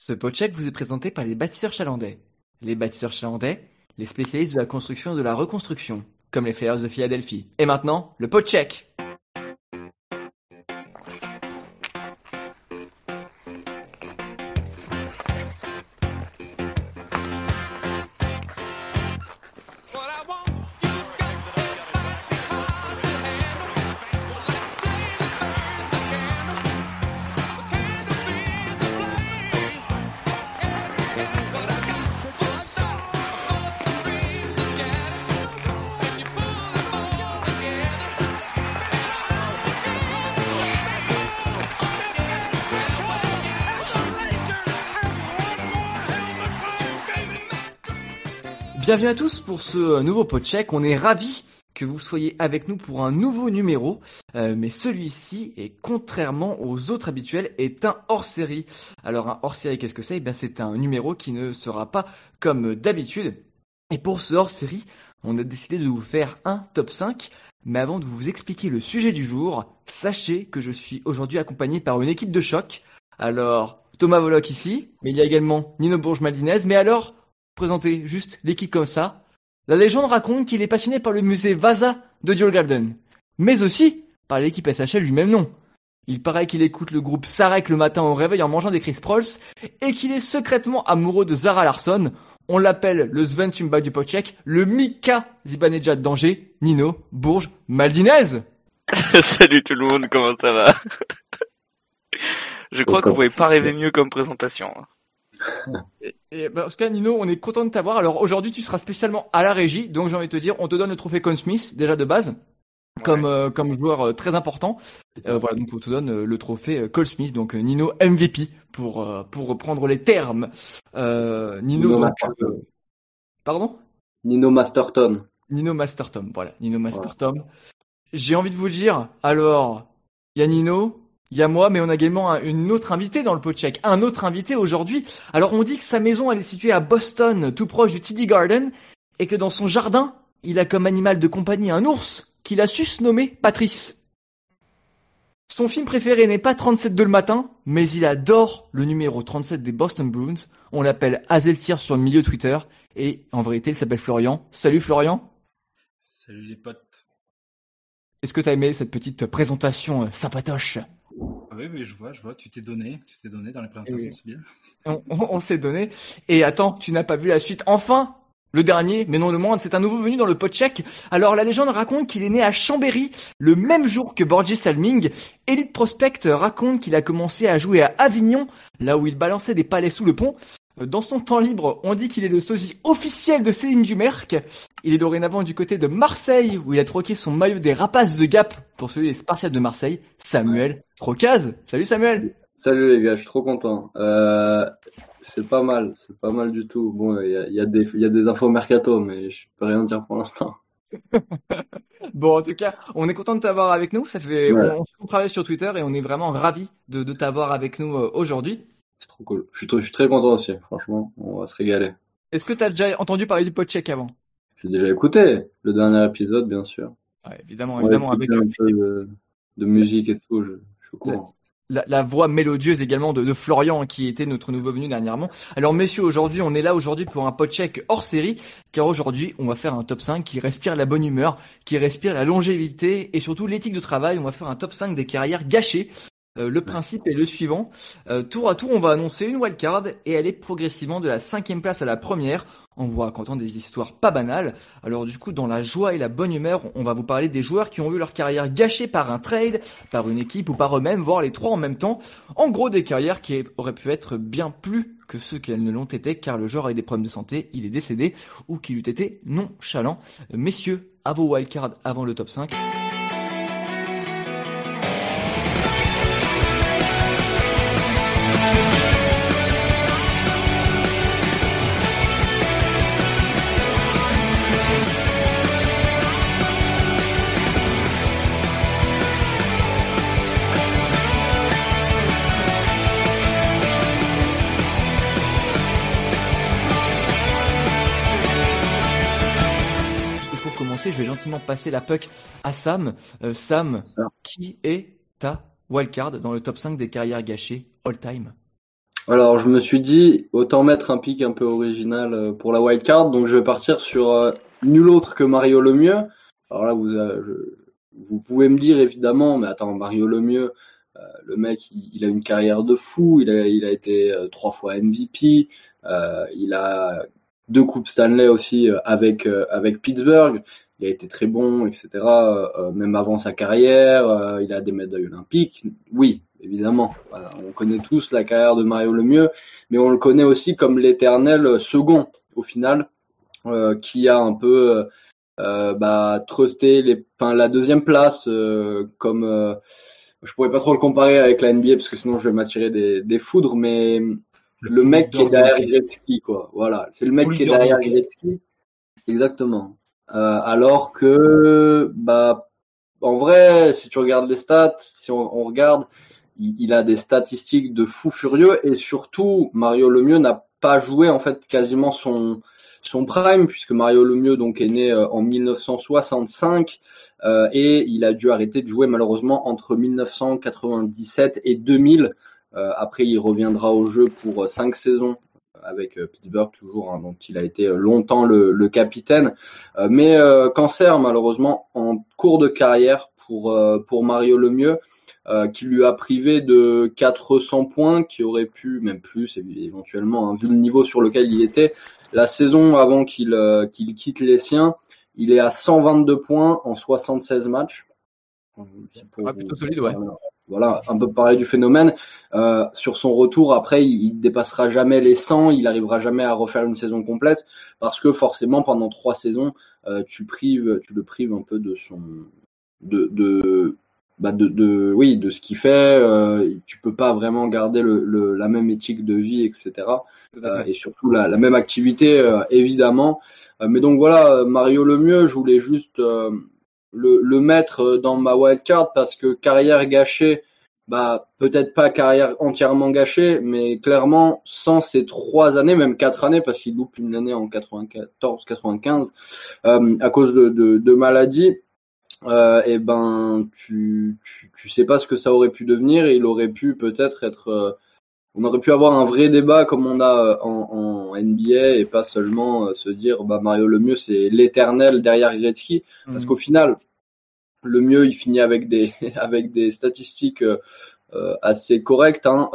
Ce podcheck vous est présenté par les bâtisseurs chalandais. Les bâtisseurs chalandais, les spécialistes de la construction et de la reconstruction, comme les Flyers de Philadelphie. Et maintenant, le podcheck. Bienvenue à tous pour ce nouveau podcheck. On est ravis que vous soyez avec nous pour un nouveau numéro, mais celui-ci, et contrairement aux autres habituels, est un hors-série. Alors un hors-série, qu'est-ce que c'est ? Eh bien, c'est un numéro qui ne sera pas comme d'habitude. Et pour ce hors-série, on a décidé de vous faire un top 5. Mais avant de vous expliquer le sujet du jour, sachez que je suis aujourd'hui accompagné par une équipe de choc. Alors, Thomas Voloc ici, mais il y a également Nino Bourges-Maldinez. Mais alors, présenter juste l'équipe comme ça. La légende raconte qu'il est passionné par le musée Vasa de Djurgården, mais aussi par l'équipe SHL du même nom. Il paraît qu'il écoute le groupe Sarek le matin au réveil en mangeant des Chris Prols et qu'il est secrètement amoureux de Zara Larsson. On l'appelle le Sven Tumba du podcheck, le Mika Zibanejad d'Angers, Nino Bourges-Maldinez. Salut tout le monde, comment ça va? Je crois qu'on pouvait pas rêver mieux comme présentation. Et en tout cas, Nino, on est content de t'avoir. Alors aujourd'hui, tu seras spécialement à la régie, donc j'ai envie de te dire, on te donne le trophée Conn Smith déjà de base, comme joueur très important. Voilà, donc on te donne le trophée Cole Smith, donc Nino MVP pour reprendre les termes. Nino donc, pardon? Nino Masterton. Nino Masterton, voilà, Nino Masterton. Ouais. J'ai envie de vous dire, alors, il y a Nino. Il y a moi, mais on a également une autre invitée dans le podcheck. Un autre invité aujourd'hui. Alors on dit que sa maison elle est située à Boston, tout proche du TD Garden, et que dans son jardin, il a comme animal de compagnie un ours qu'il a su se nommer Patrice. Son film préféré n'est pas 37 de le matin, mais il adore le numéro 37 des Boston Bruins. On l'appelle Azeltier sur le milieu Twitter, et en vérité il s'appelle Florian. Salut Florian. Salut les potes. Est-ce que t'as aimé cette petite présentation sympatoche ? Ah oui, je vois, tu t'es donné dans les présentations, oui. C'est bien. On s'est donné. Et attends, tu n'as pas vu la suite. Enfin, le dernier, mais non le moindre, c'est un nouveau venu dans le podcheck. Alors la légende raconte qu'il est né à Chambéry le même jour que Borges Salming. Elite Prospect raconte qu'il a commencé à jouer à Avignon, là où il balançait des palets sous le pont. Dans son temps libre, on dit qu'il est le sosie officiel de Céline Dumerc. Il est dorénavant du côté de Marseille, où il a troqué son maillot des Rapaces de Gap pour celui des Spartiates de Marseille. Samuel Trocaz. Salut Samuel. Salut les gars, je suis trop content. C'est pas mal du tout. Bon, il y a des infos mercato, mais je peux rien dire pour l'instant. Bon, en tout cas, on est content de t'avoir avec nous. Ça fait, on travaille sur Twitter et on est vraiment ravis de t'avoir avec nous aujourd'hui. C'est trop cool. Je suis très content aussi. Franchement, on va se régaler. Est-ce que t'as déjà entendu parler du podcheck avant ? J'ai déjà écouté le dernier épisode, bien sûr. Ouais, évidemment, avec un peu de musique et tout. Je suis au courant. La voix mélodieuse également de Florian qui était notre nouveau venu dernièrement. Alors messieurs, aujourd'hui, on est là aujourd'hui pour un podcheck hors série, car aujourd'hui, on va faire un top 5 qui respire la bonne humeur, qui respire la longévité et surtout l'éthique de travail. On va faire un top 5 des carrières gâchées. Le principe est le suivant. Tour à tour, on va annoncer une wildcard et aller progressivement de la 5e place à la première en vous racontant des histoires pas banales. Alors du coup, dans la joie et la bonne humeur, on va vous parler des joueurs qui ont vu leur carrière gâchée par un trade, par une équipe ou par eux-mêmes, voire les trois en même temps. En gros, des carrières qui auraient pu être bien plus que ceux qu'elles ne l'ont été, car le joueur a eu des problèmes de santé, il est décédé, ou qu'il eût été nonchalant. Messieurs, à vos wildcards avant le top 5. Je vais gentiment passer la puck à Sam. Sam, qui est ta wildcard dans le top 5 des carrières gâchées all-time ? Alors, je me suis dit, autant mettre un pick un peu original pour la wildcard, donc je vais partir sur nul autre que Mario Lemieux. Alors là, vous pouvez me dire évidemment, mais attends, Mario Lemieux, le mec, il a une carrière de fou, il a été 3 fois MVP, il a 2 coupes Stanley aussi avec Pittsburgh, il a été très bon, etc. Même avant sa carrière, il a des médailles olympiques, oui, évidemment. Voilà, on connaît tous la carrière de Mario Lemieux, mais on le connaît aussi comme l'éternel second au final, qui a un peu trusté la deuxième place, comme je pourrais pas trop le comparer avec la NBA parce que sinon je vais m'attirer des foudres, mais Le le mec qui est poulidor de derrière hockey. Gretzky, quoi. Voilà, c'est le mec qui est Poulidor de derrière hockey. Gretzky, exactement. Alors que, en vrai, si tu regardes les stats, si on regarde, il a des statistiques de fou furieux et surtout, Mario Lemieux n'a pas joué en fait quasiment son prime puisque Mario Lemieux donc est né en 1965 et il a dû arrêter de jouer malheureusement entre 1997 et 2000. Après, il reviendra au jeu pour 5 saisons avec Pittsburgh toujours, hein, dont il a été longtemps le capitaine. Mais cancer malheureusement en cours de carrière pour Mario Lemieux, qui lui a privé de 400 points, qui aurait pu, même plus éventuellement, hein, vu le niveau sur lequel il était. La saison avant qu'il quitte les siens, il est à 122 points en 76 matchs. Pour Plutôt solide, ouais. Voilà, un peu parler du phénomène. Sur son retour, après, il dépassera jamais les 100, il arrivera jamais à refaire une saison complète, parce que forcément, pendant 3 saisons, tu le prives un peu de son, de ce qu'il fait. Tu peux pas vraiment garder la même éthique de vie, etc. Et surtout la même activité, évidemment. Mais donc voilà, Mario Lemieux, je voulais juste le mettre dans ma wildcard parce que carrière gâchée, peut-être pas carrière entièrement gâchée, mais clairement sans ces 3 années, même 4 années, parce qu'il loupe une année en 94-95 à cause de maladies. Et tu sais pas ce que ça aurait pu devenir et il aurait pu peut-être être on aurait pu avoir un vrai débat comme on a en NBA et pas seulement se dire Mario Lemieux c'est l'éternel derrière Gretzky, parce qu'au final Lemieux il finit avec des avec des statistiques assez correctes, hein.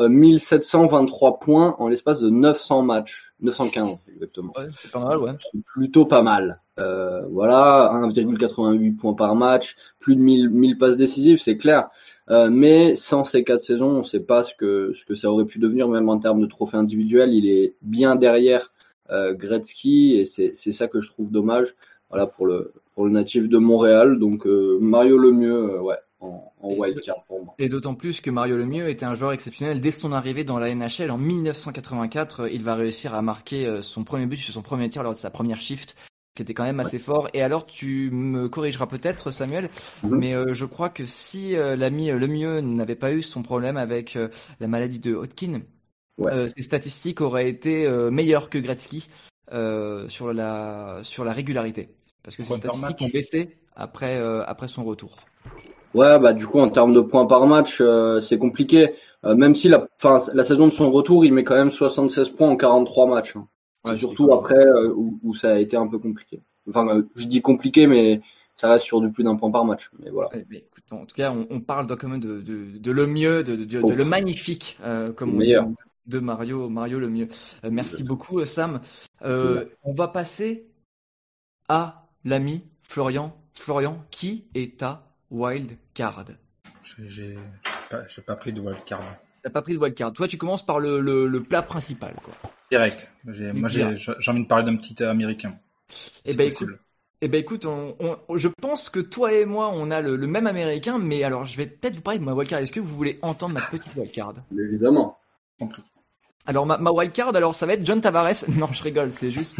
1723 points en l'espace de 900 matchs, 915 exactement. Ouais, c'est pas mal, ouais. C'est plutôt pas mal. Voilà, 1,88 points par match, plus de 1000 passes décisives, c'est clair. Mais sans ces 4 saisons, on ne sait pas ce que ça aurait pu devenir, même en termes de trophées individuels. Il est bien derrière Gretzky et c'est ça que je trouve dommage. Voilà pour le natif de Montréal. Donc Mario Lemieux, ouais, en wildcard pour moi. Et d'autant plus que Mario Lemieux était un joueur exceptionnel dès son arrivée dans la NHL en 1984. Il va réussir à marquer son premier but sur son premier tir lors de sa première shift, qui était quand même assez fort. Et alors, tu me corrigeras peut-être, Samuel, mais je crois que si l'ami Lemieux n'avait pas eu son problème avec la maladie de Hodgkin, ses statistiques auraient été meilleures que Gretzky sur la régularité, parce que ses statistiques ont baissé après son retour. Ouais, du coup, en termes de points par match, c'est compliqué. Même si la saison de son retour, il met quand même 76 points en 43 matchs. Hein. C'est surtout après où ça a été un peu compliqué. Enfin, je dis compliqué, mais ça reste sur du plus d'un point par match. Mais voilà. Mais écoute, en tout cas, on parle quand même de Lemieux, de le magnifique, comme on dit, de Mario Lemieux. Merci beaucoup, Sam. On va passer à l'ami Florian. Florian, qui est ta wild card? J'ai pas pris de wild card. T'as pas pris de wild card. Toi, tu commences par le plat principal, quoi. Direct. J'ai envie de parler d'un petit américain. Eh ben écoute, je pense que toi et moi, on a le même américain, mais alors je vais peut-être vous parler de ma wildcard. Est-ce que vous voulez entendre ma petite wildcard? Évidemment. Compris. Alors ma wildcard, alors ça va être John Tavares. Non, je rigole, c'est juste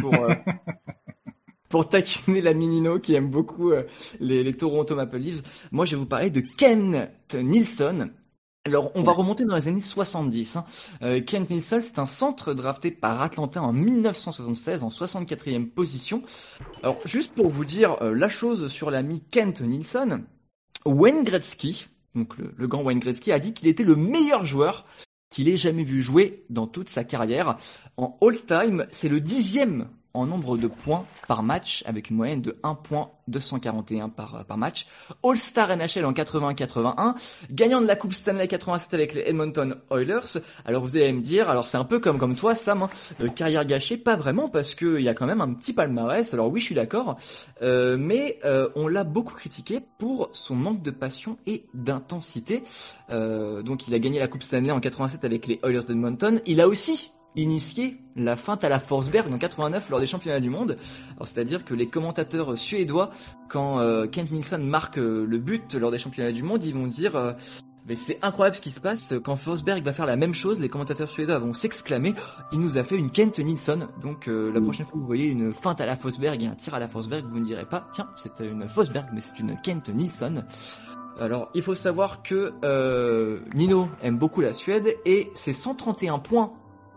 pour taquiner la Minino qui aime beaucoup les Toronto Maple Leafs. Moi, je vais vous parler de Kent Nilsson. Alors, on va remonter dans les années 70. Kent Nilsson, c'est un centre drafté par Atlanta en 1976, en 64e position. Alors, juste pour vous dire la chose sur l'ami Kent Nilsson, Wayne Gretzky, donc le grand Wayne Gretzky, a dit qu'il était le meilleur joueur qu'il ait jamais vu jouer dans toute sa carrière. En all-time, c'est le 10e en nombre de points par match, avec une moyenne de 1,241 par match. All-Star NHL en 80-81, gagnant de la Coupe Stanley 87 avec les Edmonton Oilers. Alors vous allez me dire, alors c'est un peu comme toi Sam, carrière gâchée, pas vraiment, parce que il y a quand même un petit palmarès. Alors oui, je suis d'accord, mais on l'a beaucoup critiqué pour son manque de passion et d'intensité. Donc il a gagné la Coupe Stanley en 87 avec les Oilers d'Edmonton. Il a aussi initié la feinte à la Forsberg en 89 lors des championnats du monde. Alors c'est-à-dire que les commentateurs suédois, quand Kent Nilsson marque le but lors des championnats du monde, ils vont dire mais c'est incroyable ce qui se passe, quand Forsberg va faire la même chose, les commentateurs suédois vont s'exclamer il nous a fait une Kent Nilsson. Donc la prochaine fois que vous voyez une feinte à la Forsberg et un tir à la Forsberg, vous ne direz pas tiens c'est une Forsberg, mais c'est une Kent Nilsson. Alors, il faut savoir que Nino aime beaucoup la Suède et ses 131 points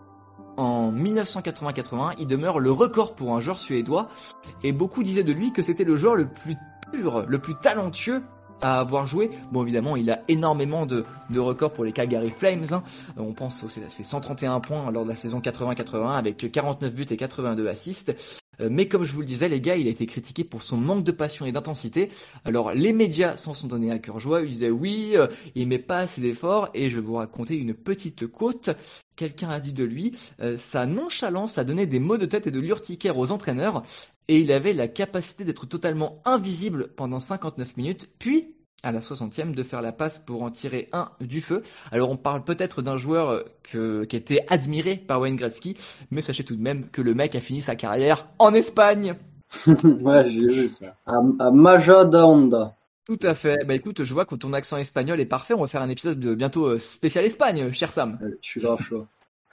en 1980-81, il demeure le record pour un joueur suédois et beaucoup disaient de lui que c'était le joueur le plus pur, le plus talentueux à avoir joué. Bon, évidemment, il a énormément de records pour les Calgary Flames. Hein. On pense aussi à ses 131 points lors de la saison 80-81 avec 49 buts et 82 assists. Mais comme je vous le disais, les gars, il a été critiqué pour son manque de passion et d'intensité. Alors, les médias s'en sont donnés à cœur joie. Ils disaient oui, il met pas assez d'efforts. Et je vais vous raconter une petite quote. Quelqu'un a dit de lui, sa nonchalance a donné des maux de tête et de l'urticaire aux entraîneurs. Et il avait la capacité d'être totalement invisible pendant 59 minutes. Puis, à la 60e, de faire la passe pour en tirer un du feu. Alors on parle peut-être d'un joueur qui était admiré par Wayne Gretzky, mais sachez tout de même que le mec a fini sa carrière en Espagne. Ouais, j'ai vu ça. À Majadahonda. Tout à fait. Bah écoute, je vois que ton accent espagnol est parfait. On va faire un épisode bientôt spécial Espagne, cher Sam. Allez, je suis grave chaud.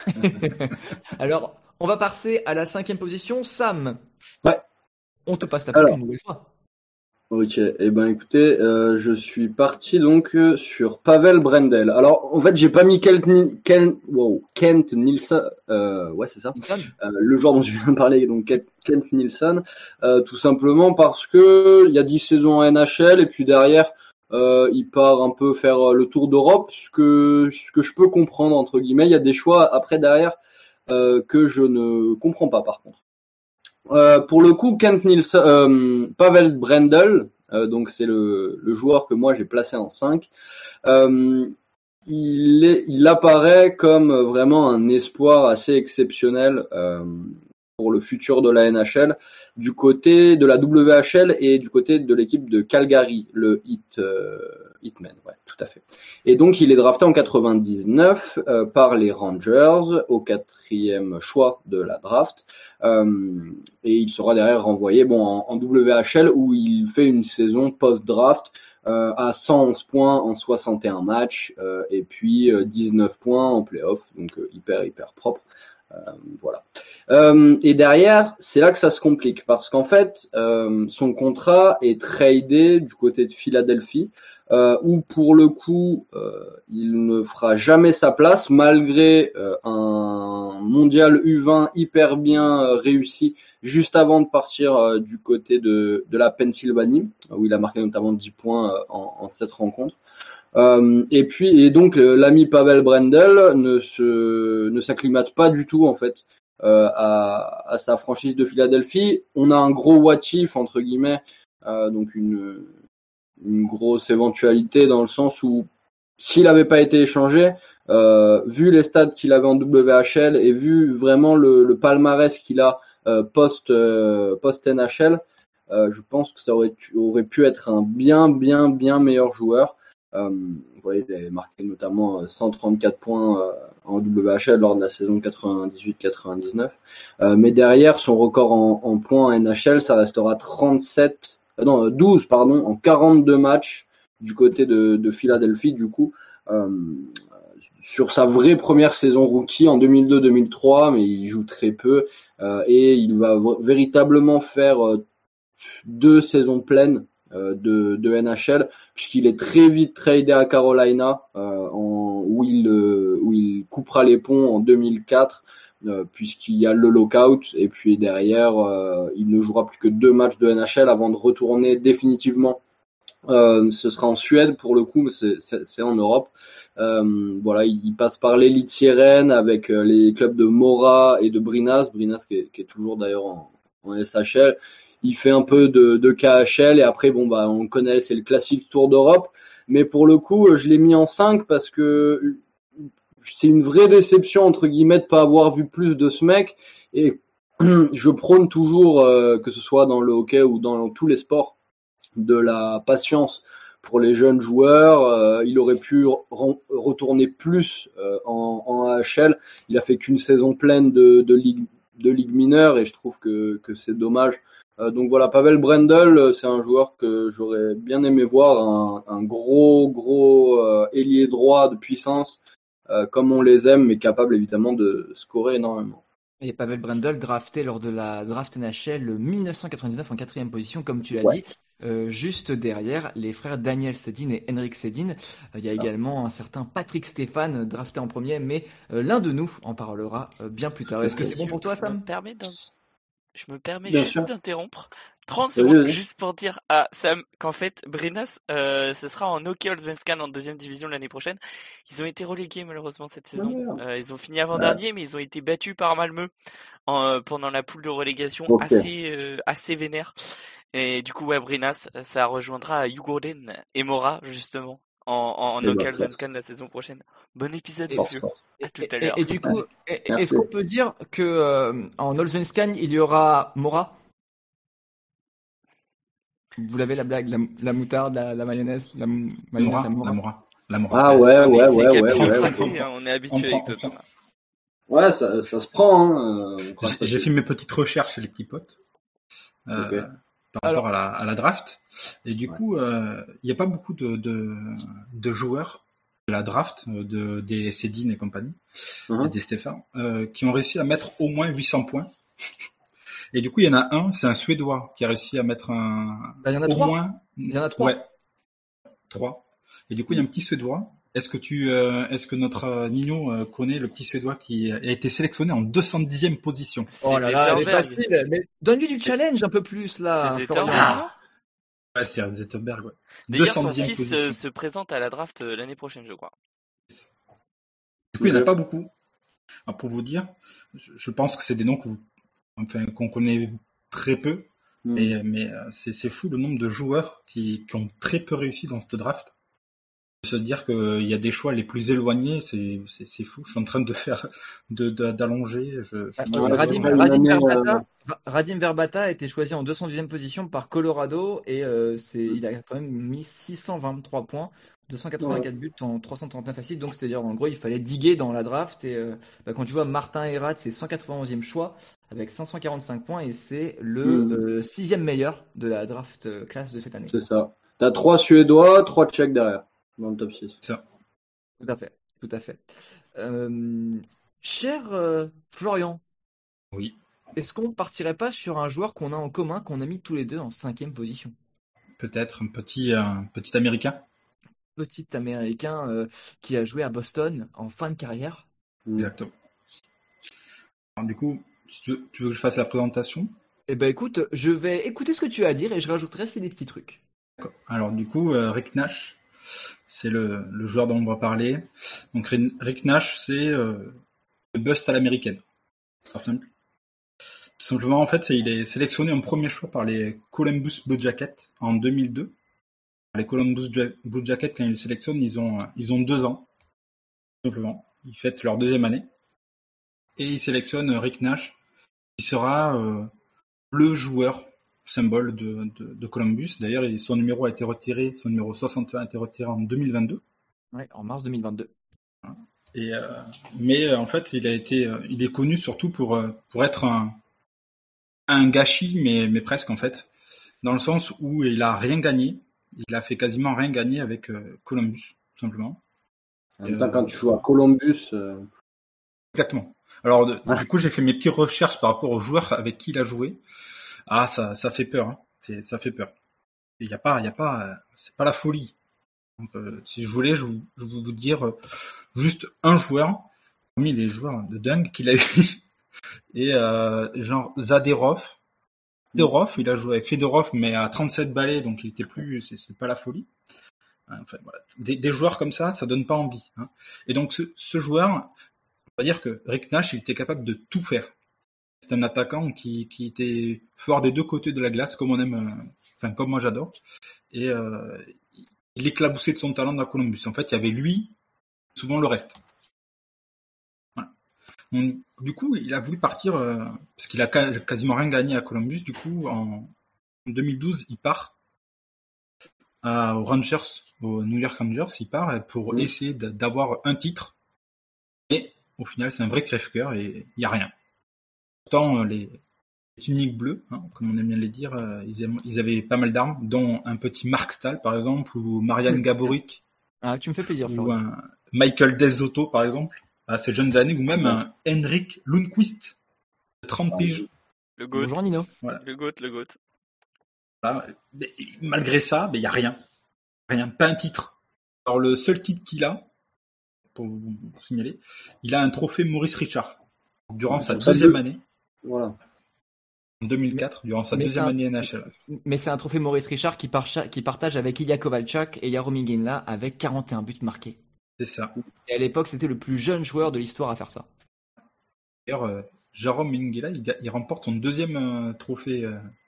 Alors, on va passer à la 5e position. Sam. Ouais. On te passe la parole une nouvelle fois. Ok, et ben écoutez, je suis parti donc sur Pavel Brendel. Alors en fait j'ai pas mis Kent Nilsson, ouais c'est ça, le joueur dont je viens de parler, donc Kent Nilsson, tout simplement parce que il y a 10 saisons en NHL et puis derrière il part un peu faire le tour d'Europe, ce que je peux comprendre entre guillemets. Il y a des choix après derrière que je ne comprends pas par contre. Pour le coup, Kent Nilsson, Pavel Brendel, donc c'est le joueur que moi j'ai placé en 5. Il apparaît comme vraiment un espoir assez exceptionnel pour le futur de la NHL, du côté de la WHL et du côté de l'équipe de Calgary, le Hitmen, ouais, tout à fait. Et donc il est drafté en 99 par les Rangers au 4e choix de la draft. Et il sera derrière renvoyé en WHL où il fait une saison post-draft à 111 points en 61 matchs et puis 19 points en playoff, donc hyper propre. Voilà. Et derrière, c'est là que ça se complique parce qu'en fait, son contrat est tradé du côté de Philadelphie, où pour le coup, il ne fera jamais sa place malgré un mondial U20 hyper bien réussi juste avant de partir du côté de la Pennsylvanie, où il a marqué notamment 10 points en 7 rencontres. Et donc l'ami Pavel Brendel ne s'acclimate pas du tout en fait à sa franchise de Philadelphie. On a un gros what if entre guillemets, donc une grosse éventualité dans le sens où s'il n'avait pas été échangé, vu les stats qu'il avait en WHL et vu vraiment le palmarès qu'il a post NHL, je pense que ça aurait pu être un bien meilleur joueur. Vous voyez, il avait marqué notamment 134 points en WHL lors de la saison 98-99. Mais derrière, son record en points en NHL, ça restera 12 en 42 matchs du côté de Philadelphie, du coup, sur sa vraie première saison rookie en 2002-2003, mais il joue très peu, et il va véritablement faire 2 saisons pleines de NHL, puisqu'il est très vite tradé à Carolina, où il coupera les ponts en 2004, puisqu'il y a le lockout, et puis derrière il ne jouera plus que 2 matchs de NHL avant de retourner définitivement Ce sera en Suède pour le coup, mais c'est en Europe. Voilà, il passe par l'élite sirène avec les clubs de Mora et de Brinas qui est toujours d'ailleurs en SHL. Il fait un peu de KHL et après bon bah on connaît, c'est le classique Tour d'Europe. Mais pour le coup, je l'ai mis en 5 parce que c'est une vraie déception entre guillemets de pas avoir vu plus de ce mec. Et je prône toujours, que ce soit dans le hockey ou dans tous les sports, de la patience pour les jeunes joueurs. Il aurait pu retourner plus en AHL. Il a fait qu'une saison pleine de ligue mineure et je trouve que c'est dommage. Donc voilà, Pavel Brendel, c'est un joueur que j'aurais bien aimé voir, un gros ailier droit de puissance, comme on les aime, mais capable évidemment de scorer énormément. Et Pavel Brendel drafté lors de la draft NHL 1999 en 4e position, comme tu l'as dit, juste derrière les frères Daniel Sedin et Henrik Sedin. Il y a également un certain Patrick Stéphane drafté en premier, mais l'un de nous en parlera bien plus tard. Est-ce que c'est bon pour toi, Sam? Je me permets Bien juste sûr. d'interrompre 30 Vas-y, secondes vas-y. juste pour dire à Sam qu'en fait Brinas ce sera en Hockey Allsvenskan en 2e division l'année prochaine. Ils ont été relégués malheureusement cette saison. Ils ont fini avant-dernier mais ils ont été battus par Malmö pendant la poule de relégation assez vénère. Et du coup ouais, Brinas ça rejoindra Djurgården et Mora justement en Hockey Allsvenskan la saison prochaine. Bon épisode messieurs. À tout à l'heure. Et du coup, est-ce qu'on peut dire que en Allsvenskan il y aura Mora? Vous l'avez la blague, la moutarde, la mayonnaise, la mayonnaise à Mora. La Mora. Ah ouais. On est habitué avec toi, Thomas. Ouais, ça se prend. Hein. J'ai fait mes petites recherches chez les petits potes par rapport à la draft. Et du coup, il n'y a pas beaucoup de joueurs de la draft, des Sedin et compagnie, et des Stéphane, qui ont réussi à mettre au moins 800 points. Et du coup, il y en a un, c'est un Suédois qui a réussi à mettre il y en a trois. Il y en a trois. Ouais, 3. Et du coup, il y a un petit Suédois. Est-ce que notre Nino connaît le petit Suédois qui a été sélectionné en 210e position? Oh là là, c'est facile. Mais donne-lui du challenge un peu plus là. C'est Zetterberg. Ouais, c'est Zetterberg. Ouais. D'ailleurs, son fils se présente à la draft l'année prochaine, je crois. Du coup, il n'y en a pas beaucoup. Alors, pour vous dire, je pense que c'est des noms qu'on connaît très peu. Mais c'est fou le nombre de joueurs qui ont très peu réussi dans cette draft. Se dire qu'il y a des choix les plus éloignés, c'est fou. Je suis en train d'allonger. Radim Verbata a été choisi en 210e position par Colorado et il a quand même mis 623 points, 284 buts en 339 assists. Donc c'est-à-dire en gros il fallait diguer dans la draft et quand tu vois Martin Erat c'est 191e choix avec 545 points et c'est le 6e meilleur de la draft classe de cette année. C'est ça. T'as 3 Suédois, 3 Tchèques derrière. Dans le top 6. Ça. Tout à fait. Cher Florian. Oui. Est-ce qu'on partirait pas sur un joueur qu'on a en commun, qu'on a mis tous les deux en 5e position? Peut-être un petit Américain. Petit Américain qui a joué à Boston en fin de carrière. Exactement. Alors, du coup, si tu veux que je fasse la présentation? Eh ben écoute, je vais écouter ce que tu as à dire et je rajouterai des petits trucs. D'accord. Alors du coup, Rick Nash, c'est le joueur dont on va parler. Donc Rick Nash, c'est le bust à l'américaine. C'est simple. Tout simplement, en fait, il est sélectionné en premier choix par les Columbus Blue Jackets en 2002. Les Columbus Blue Jackets, quand ils le sélectionnent, ils ont 2 ans. Tout simplement. Ils fêtent leur 2e année. Et ils sélectionnent Rick Nash, qui sera le joueur symbole de Columbus. D'ailleurs, son numéro a été retiré, son numéro 61 a été retiré en 2022. Ouais, en mars 2022. Et mais en fait, il est connu surtout pour être un gâchis, mais presque en fait, dans le sens où il a rien gagné. Il a fait quasiment rien gagner avec Columbus, tout simplement. En même temps, quand tu joues à Columbus. Exactement. Alors, du coup, j'ai fait mes petites recherches par rapport aux joueurs avec qui il a joué. Ah, ça fait peur. Hein. Ça fait peur. Il y a pas, c'est pas la folie. Donc, si je voulais, je vous dire juste un joueur parmi les joueurs de dingue qu'il a eu. Et genre Zaderov, Fedorov, il a joué avec Fedorov, mais à 37 balais, donc il était plus, c'est pas la folie. Enfin, voilà. Des joueurs comme ça donne pas envie. Hein. Et donc ce joueur, on va dire que Rick Nash, il était capable de tout faire. C'est un attaquant qui était fort des deux côtés de la glace, comme on aime, comme moi j'adore. Et il éclaboussait de son talent dans Columbus. En fait, il y avait lui, souvent le reste. Voilà. Donc, du coup, il a voulu partir parce qu'il a quasiment rien gagné à Columbus. Du coup, en 2012, il part aux Rangers, aux New York Rangers. Il part pour essayer d'avoir un titre. Mais au final, c'est un vrai crève-cœur et il n'y a rien. Pourtant, les tuniques bleues, hein, comme on aime bien les dire, ils avaient pas mal d'armes, dont un petit Mark Stahl, par exemple, ou Marian Gaborik. Ah, tu me fais plaisir, ou un Michael Desoto, par exemple, à ses jeunes années, ou même un Henrik Lundqvist, de 30 piges. Le GOAT. Bonjour Nino. Voilà. Le GOAT. Voilà. Mais, malgré ça, il n'y a rien. Rien, pas un titre. Alors, le seul titre qu'il a, pour vous signaler, il a un trophée Maurice Richard. Durant sa deuxième année. Voilà. En 2004, durant sa deuxième année NHL. Mais c'est un trophée Maurice Richard qui partage avec Ilya Kovalchuk et Jaromir Ginla avec 41 buts marqués. C'est ça. Et à l'époque, c'était le plus jeune joueur de l'histoire à faire ça. D'ailleurs, Jaromir Ginla, il remporte son deuxième trophée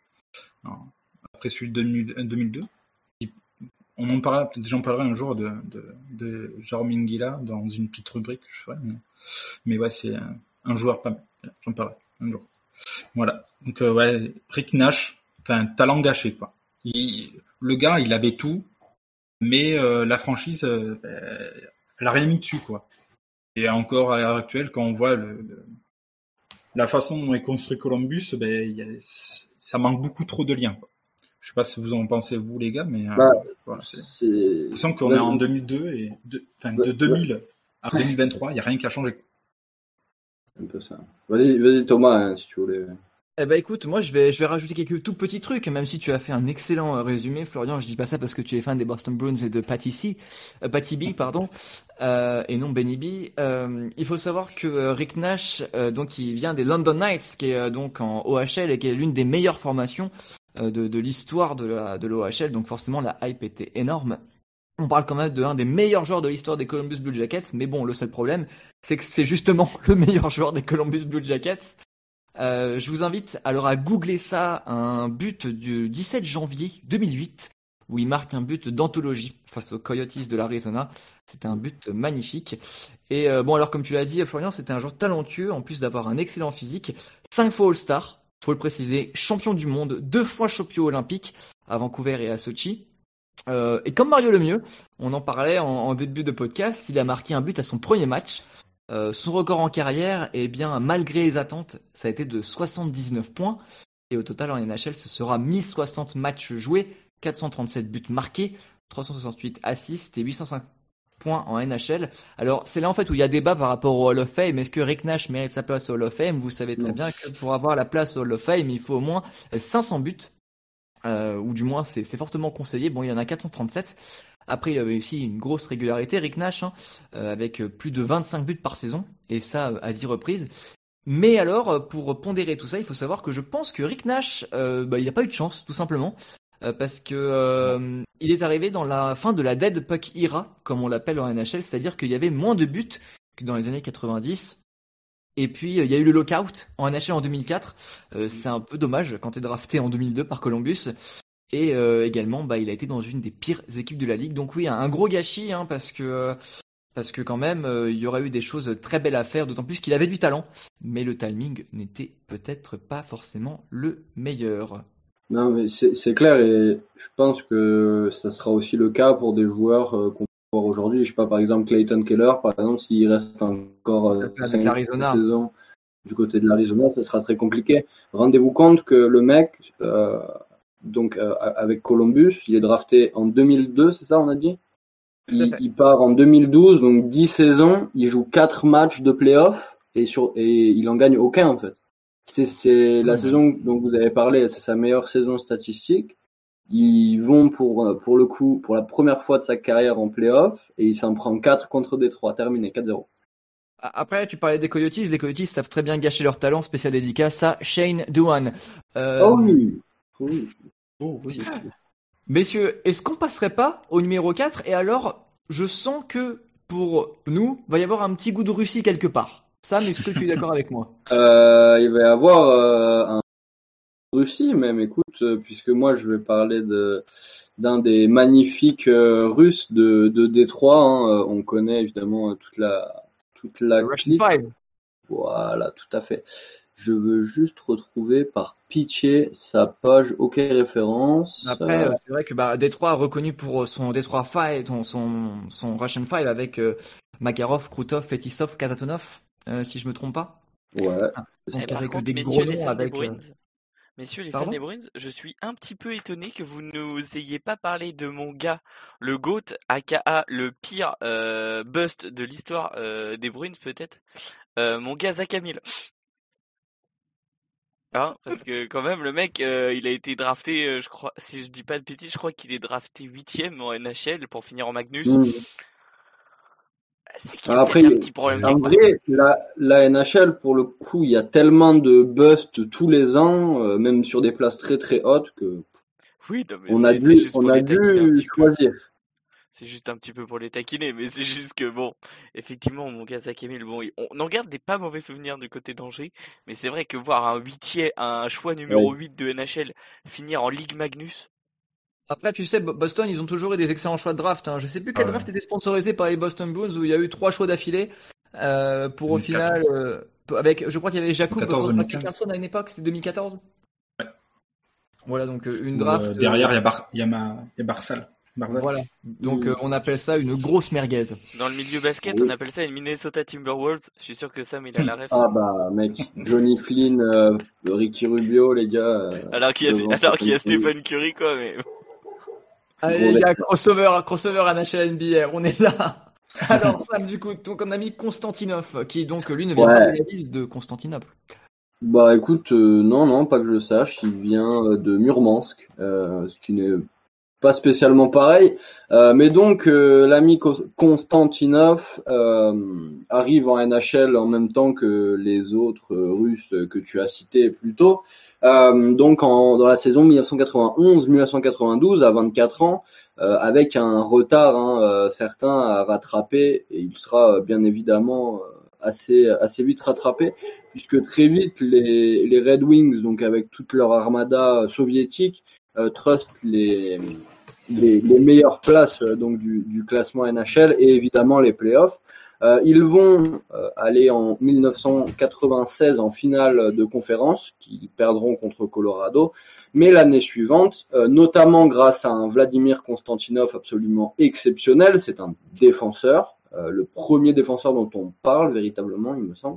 après celui de 2002. J'en parlerai un jour de Jaromir Ginla dans une petite rubrique que je ferai. Mais ouais, c'est un joueur pas mal. J'en parlerai un jour. Voilà. Donc Rick Nash, talent gâché quoi. Le gars, il avait tout, mais la franchise, elle a rien mis dessus quoi. Et encore à l'heure actuelle, quand on voit la façon dont est construit Columbus, ça manque beaucoup trop de liens. Quoi. Je sais pas si vous en pensez vous les gars, mais voilà, c'est l'impression qu'on est en 2002 et de 2000 à 2023, il y a rien qui a changé. Quoi. Un peu ça. Vas-y Thomas, hein, si tu voulais. Eh ben écoute, moi je vais rajouter quelques tout petits trucs, même si tu as fait un excellent résumé, Florian. Je dis pas ça parce que tu es fan des Boston Bruins et de Patty B, pardon, et non Benny B. Il faut savoir que Rick Nash, donc il vient des London Knights, qui est donc en OHL et qui est l'une des meilleures formations de l'histoire de l'OHL. Donc forcément la hype était énorme. On parle quand même de un des meilleurs joueurs de l'histoire des Columbus Blue Jackets, mais bon, le seul problème, c'est que c'est justement le meilleur joueur des Columbus Blue Jackets. Je vous invite alors à googler ça, un but du 17 janvier 2008, où il marque un but d'anthologie face aux Coyotes de l'Arizona. C'était un but magnifique. Et bon, alors comme tu l'as dit, Florian, c'était un joueur talentueux, en plus d'avoir un excellent physique. 5 fois All-Star, faut le préciser, champion du monde, 2 fois champion olympique à Vancouver et à Sochi. Et comme Mario Lemieux, on en parlait en début de podcast, il a marqué un but à son premier match. Son record en carrière, eh bien, malgré les attentes, ça a été de 79 points. Et au total, en NHL, ce sera 1060 matchs joués, 437 buts marqués, 368 assists et 805 points en NHL. Alors, c'est là en fait où il y a débat par rapport au Hall of Fame. Est-ce que Rick Nash mérite sa place au Hall of Fame? Vous savez très bien que pour avoir la place au Hall of Fame, il faut au moins 500 buts. Ou du moins, c'est fortement conseillé. Bon, il y en a 437. Après, il avait aussi une grosse régularité, Rick Nash, avec plus de 25 buts par saison, et ça à 10 reprises. Mais alors, pour pondérer tout ça, il faut savoir que je pense que Rick Nash, il n'a pas eu de chance, tout simplement, parce que il est arrivé dans la fin de la Dead Puck Era, comme on l'appelle en NHL, c'est-à-dire qu'il y avait moins de buts que dans les années 90. Et puis, il y a eu le lockout en NHL en 2004. C'est un peu dommage quand tu es drafté en 2002 par Columbus. Et également, il a été dans une des pires équipes de la ligue. Donc oui, un gros gâchis, parce que quand même, il y aurait eu des choses très belles à faire, d'autant plus qu'il avait du talent. Mais le timing n'était peut-être pas forcément le meilleur. Non, mais c'est clair, et je pense que ça sera aussi le cas pour des joueurs qu'on peut voir aujourd'hui. Je sais pas, par exemple, Clayton Keller, par exemple, s'il reste encore 5 saisons du côté de l'Arizona, ça sera très compliqué. Rendez-vous compte que le mec... Donc avec Columbus, il est drafté en 2002, c'est ça on a dit? Il part en 2012, donc 10 saisons, il joue 4 matchs de play-off et il en gagne aucun en fait. C'est la saison dont vous avez parlé, c'est sa meilleure saison statistique. Ils vont pour le coup pour la première fois de sa carrière en play-off et il s'en prend 4 contre Détroit, terminé 4-0. Après, tu parlais des Coyotes. Les Coyotes savent très bien gâcher leur talent. Spécial dédicace à Shane Doohan. Oh oui. Oui. Oh oui. Messieurs, est-ce qu'on passerait pas au numéro 4? Et alors, je sens que pour nous, va y avoir un petit goût de Russie quelque part. Sam, est-ce que tu es d'accord avec moi? Il va y avoir un Russie même, écoute, puisque moi je vais parler d'un des magnifiques Russes de Détroit. Hein. On connaît évidemment toute la Russian clique. Five. Voilà, tout à fait. Je veux juste retrouver par pitié sa page OK référence. Après, c'est vrai que Détroit reconnu pour son Détroit Five, son Russian Five avec Makarov, Krutov, Fetisov, Kazatonov, si je me trompe pas. Ouais. Donc par avec contre, des messieurs gros les noms fans des avec. Bruins, messieurs les fans Pardon des Bruins, je suis un petit peu étonné que vous nous ayez pas parlé de mon gars, le GOAT, aka le pire bust de l'histoire des Bruins peut-être, mon gars Zach Camille. Hein, parce que quand même le mec il a été drafté, je crois, si je dis pas de bêtises, je crois qu'il est drafté 8ème en NHL pour finir en Magnus. C'est qu'il y a Après, peut-être un petit problème en quelque part. vrai, la NHL, pour le coup, il y a tellement de busts tous les ans, même sur des places très très hautes, que Oui, non, mais on a c'est juste on pour a les taquiner un dû petit peu. choisir. C'est juste un petit peu pour les taquiner, mais c'est juste que bon, effectivement, mon gars Zach Emile, bon, on en garde des pas mauvais souvenirs du côté d'Angers, mais c'est vrai que voir un choix numéro Ouais. 8 de NHL finir en Ligue Magnus. Après, tu sais, Boston, ils ont toujours eu des excellents choix de draft. Hein. Je sais plus quel Ah ouais. draft était sponsorisé par les Boston Bruins où il y a eu 3 choix d'affilée. Pour au 2014. final, avec, je crois qu'il y avait Jakub 2014-2015. Carlson à une époque, c'était 2014. Ouais. Voilà, donc une Où, draft. derrière, il y a Barzal. Voilà, donc on appelle ça une grosse merguez. Dans le milieu basket, Oui. on appelle ça une Minnesota Timberwolves. Je suis sûr que Sam, il a la ref. Ah bah mec, Johnny Flynn, Ricky Rubio, les gars. Alors qu'il y a Stephen Curry, quoi, mais. Allez les gars, crossover NHL NBA, on est là. Alors Sam, du coup, ton ami Konstantinov, qui donc lui ne vient pas de la ville de Constantinople. Bah écoute, non, pas que je sache, il vient de Murmansk, ce qui n'est pas spécialement pareil. Mais donc l'ami Konstantinov arrive en NHL en même temps que les autres Russes que tu as cités plus tôt. Donc dans la saison 1991-1992 à 24 ans, avec un retard certain à rattraper, et il sera bien évidemment assez vite rattrapé, puisque très vite les Red Wings, donc avec toute leur armada soviétique, trustent les meilleures places donc du classement NHL et évidemment les playoffs. Ils vont aller en 1996 en finale de conférence, qu'ils perdront contre Colorado, mais l'année suivante, notamment grâce à un Vladimir Konstantinov absolument exceptionnel, c'est un défenseur, le premier défenseur dont on parle véritablement, il me semble.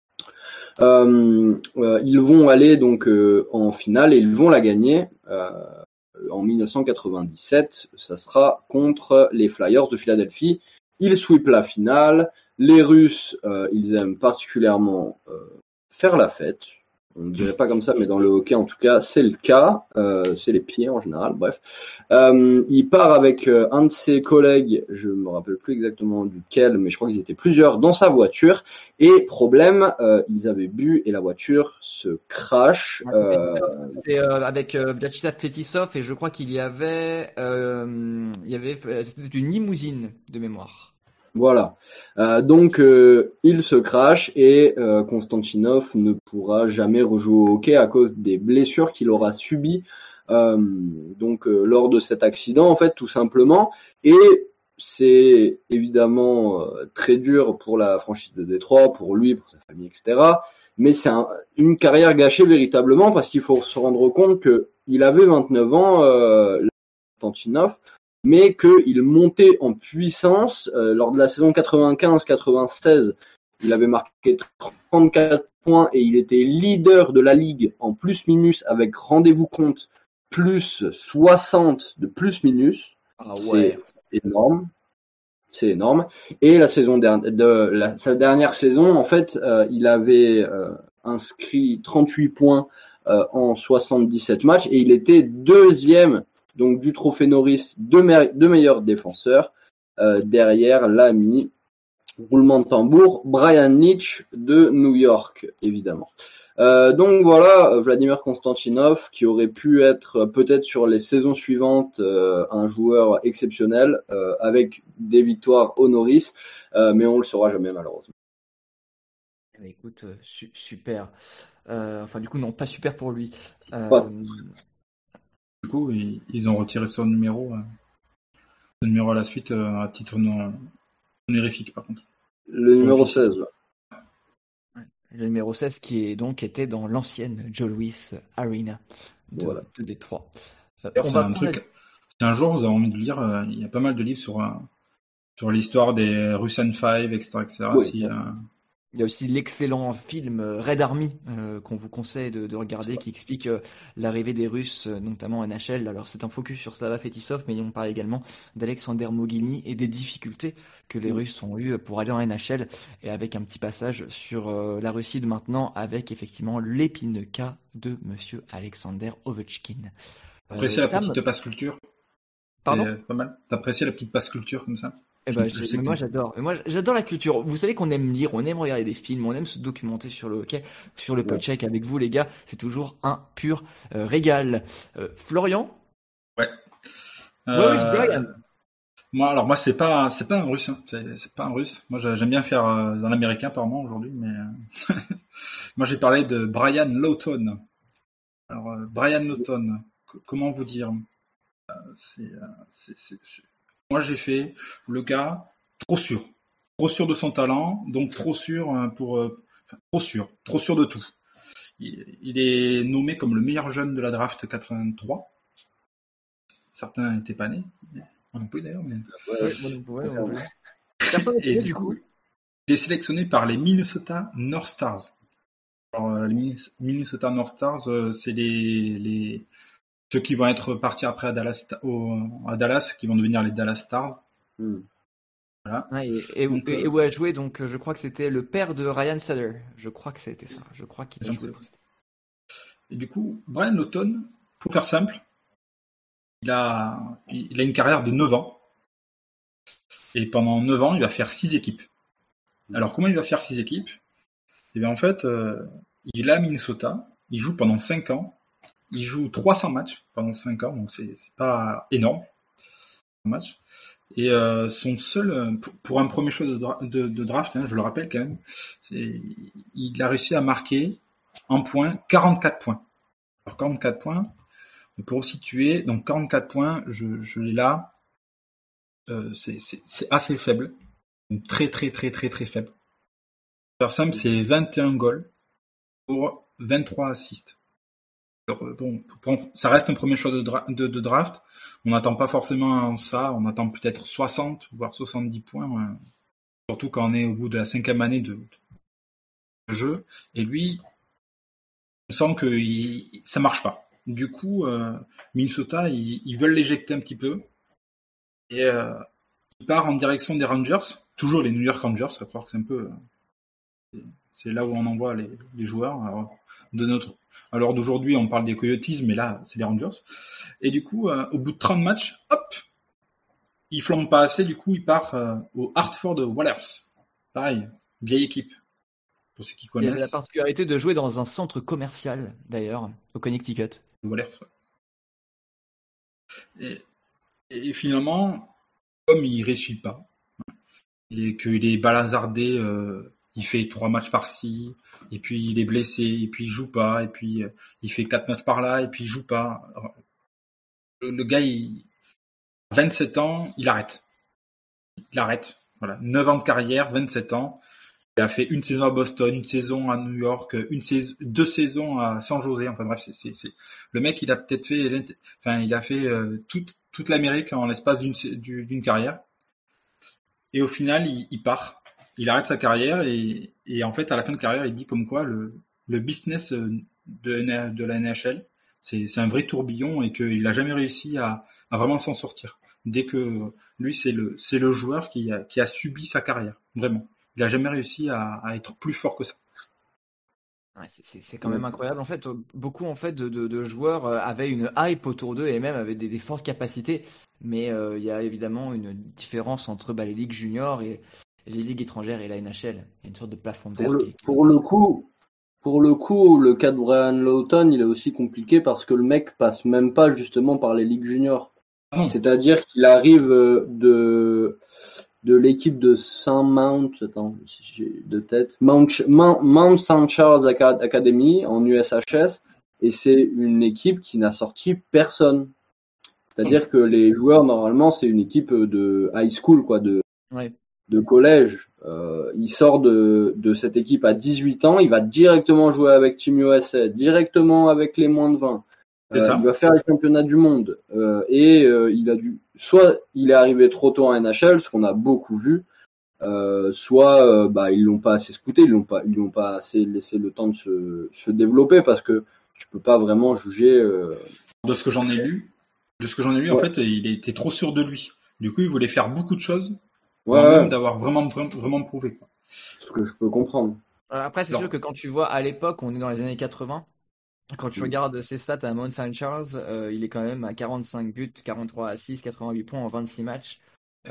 Ils vont aller donc en finale et ils vont la gagner. En 1997, ça sera contre les Flyers de Philadelphie. Ils sweepent la finale. Les Russes, ils aiment particulièrement faire la fête. On ne dirait pas comme ça, mais dans le hockey, en tout cas, c'est le cas. C'est les pieds en général, bref. Il part avec un de ses collègues, je me rappelle plus exactement duquel, mais je crois qu'ils étaient plusieurs dans sa voiture. Et problème, ils avaient bu et la voiture se crache. C'est avec Vyacheslav Fetisov et je crois qu'il y avait, c'était une limousine de mémoire. Voilà. Donc il se crache et Konstantinov ne pourra jamais rejouer au hockey à cause des blessures qu'il aura subies lors de cet accident en fait tout simplement. Et c'est évidemment très dur pour la franchise de Détroit, pour lui, pour sa famille, etc. Mais c'est une carrière gâchée véritablement parce qu'il faut se rendre compte que il avait 29 ans, Konstantinov, mais qu'il montait en puissance. Lors de la saison 95-96, il avait marqué 34 points et il était leader de la ligue en plus-minus avec, rendez-vous compte, plus 60 de plus-minus. Ah ouais. C'est énorme. C'est énorme. Et sa dernière saison, en fait, il avait inscrit 38 points en 77 matchs et il était deuxième donc du trophée Norris de meilleurs défenseurs derrière l'ami roulement de tambour, Brian Leach de New York, évidemment. Donc voilà, Vladimir Konstantinov, qui aurait pu être peut-être sur les saisons suivantes un joueur exceptionnel, avec des victoires honoris, mais on le saura jamais malheureusement. Écoute, super. Enfin, du coup, non, pas super pour lui. Du coup, ils ont retiré son numéro à la suite à titre non honorifique, par contre. Le numéro 16, là. Le numéro 16 qui était dans l'ancienne Joe Louis Arena de Détroit. Si un jour vous avez envie de lire, il y a pas mal de livres sur l'histoire des Russian Five, etc. Oui. Il y a aussi l'excellent film Red Army qu'on vous conseille de regarder, qui explique l'arrivée des Russes, notamment en NHL. Alors c'est un focus sur Slava Fetisov, mais on parle également d'Alexander Mogilny et des difficultés que les Russes ont eues pour aller en NHL, et avec un petit passage sur la Russie de maintenant, avec effectivement l'épineux cas de monsieur Alexander Ovechkin. T'apprécies la petite passe culture? Pardon? Pas mal. T'apprécies la petite passe culture comme ça? Moi j'adore. Moi j'adore la culture. Vous savez qu'on aime lire, on aime regarder des films, on aime se documenter sur le hockey, sur le podcheck avec vous les gars. C'est toujours un pur régal. Florian? Ouais. Where is Brian? Moi c'est pas un russe. Hein. C'est pas un russe. Moi j'aime bien faire dans l'américain apparemment aujourd'hui, mais moi j'ai parlé de Brian Lawton. Alors Brian Lawton, comment vous dire? Moi, j'ai fait le gars trop sûr de son talent, donc trop sûr trop sûr de tout. Il est nommé comme le meilleur jeune de la draft 83. Certains n'étaient pas nés, moi non plus d'ailleurs. Mais... Et du coup, il est sélectionné par les Minnesota North Stars. Alors, les Minnesota North Stars, c'est ceux qui vont être partis après à Dallas, qui vont devenir les Dallas Stars. Voilà. Et où a joué, donc je crois que c'était le père de Ryan Sutter. Je crois que c'était ça. Je crois qu'il a joué pour ça. Et du coup, Brian Lawton, pour faire simple, il a une carrière de 9 ans. Et pendant 9 ans, il va faire 6 équipes. Alors comment il va faire 6 équipes? Eh bien en fait, il est à Minnesota, il joue pendant 5 ans. Il joue 300 matchs pendant 5 ans, donc c'est pas énorme. Match. Et son seul, pour un premier choix de draft, hein, je le rappelle quand même, il a réussi à marquer en points 44 points. Alors 44 points, pour situer, donc 44 points, je l'ai là, c'est assez faible, très faible. Pour faire simple, c'est 21 goals pour 23 assists. Alors, bon, ça reste un premier choix de draft. On n'attend pas forcément ça. On attend peut-être 60, voire 70 points. Surtout quand on est au bout de la 5e année de jeu. Et lui, on sent que ça marche pas. Du coup, Minnesota, ils veulent l'éjecter un petit peu. Et il part en direction des Rangers. Toujours les New York Rangers. À croire que c'est un peu... c'est là où on envoie les joueurs. Alors d'aujourd'hui, on parle des Coyotes, mais là, c'est les Rangers. Et du coup, au bout de 30 matchs, hop, il flambe pas assez. Du coup, il part au Hartford Whalers. Pareil, vieille équipe. Pour ceux qui connaissent. Il avait la particularité de jouer dans un centre commercial, d'ailleurs, au Connecticut. Whalers, ouais. Et finalement, comme il réussit pas, et qu'il est balanzardé, il fait 3 matchs par-ci, et puis il est blessé, et puis il joue pas, et puis il fait 4 matchs par-là, et puis il joue pas. Alors, le gars, à 27 ans, il arrête. Voilà. 9 ans de carrière, 27 ans. Il a fait une saison à Boston, une saison à New York, 2 saisons à San José. Enfin bref, c'est le mec, il a peut-être fait, toute l'Amérique en l'espace d'une carrière. Et au final, il part. Il arrête sa carrière et en fait, à la fin de carrière, il dit comme quoi le business de la NHL, c'est un vrai tourbillon et qu'il a jamais réussi à vraiment s'en sortir. Dès que lui, c'est le joueur qui a subi sa carrière, vraiment. Il a jamais réussi à être plus fort que ça. Ouais, c'est quand même incroyable. En fait, beaucoup de joueurs avaient une hype autour d'eux et même avaient des fortes capacités. Mais il y a évidemment une différence entre les ligues juniors et les ligues étrangères et la NHL. Il y a une sorte de plafond de Pour verre le, pour le coup, le cas de Brian Lawton, il est aussi compliqué parce que le mec passe même pas justement par les ligues juniors. C'est-à-dire qu'il arrive de l'équipe de Saint-Mount, si j'ai de tête, Mount St. Charles Academy en USHS, et c'est une équipe qui n'a sorti personne. C'est-à-dire que les joueurs, normalement, c'est une équipe de high school, quoi, de collège. Il sort de cette équipe à 18 ans, il va directement jouer avec Team USA, directement avec les moins de 20. Il va faire les championnats du monde. Soit il est arrivé trop tôt en NHL, ce qu'on a beaucoup vu, soit ils l'ont pas assez scouté, ils l'ont pas assez laissé le temps de se développer, parce que tu peux pas vraiment juger. De ce que j'en ai lu, en fait, il était trop sûr de lui. Du coup, il voulait faire beaucoup de choses, même d'avoir vraiment prouvé, quoi. Ce que je peux comprendre. Après, c'est sûr que quand tu vois à l'époque, on est dans les années 80. Quand tu regardes ses stats à Mount St. Charles, il est quand même à 45 buts, 43 assists, 88 points en 26 matchs.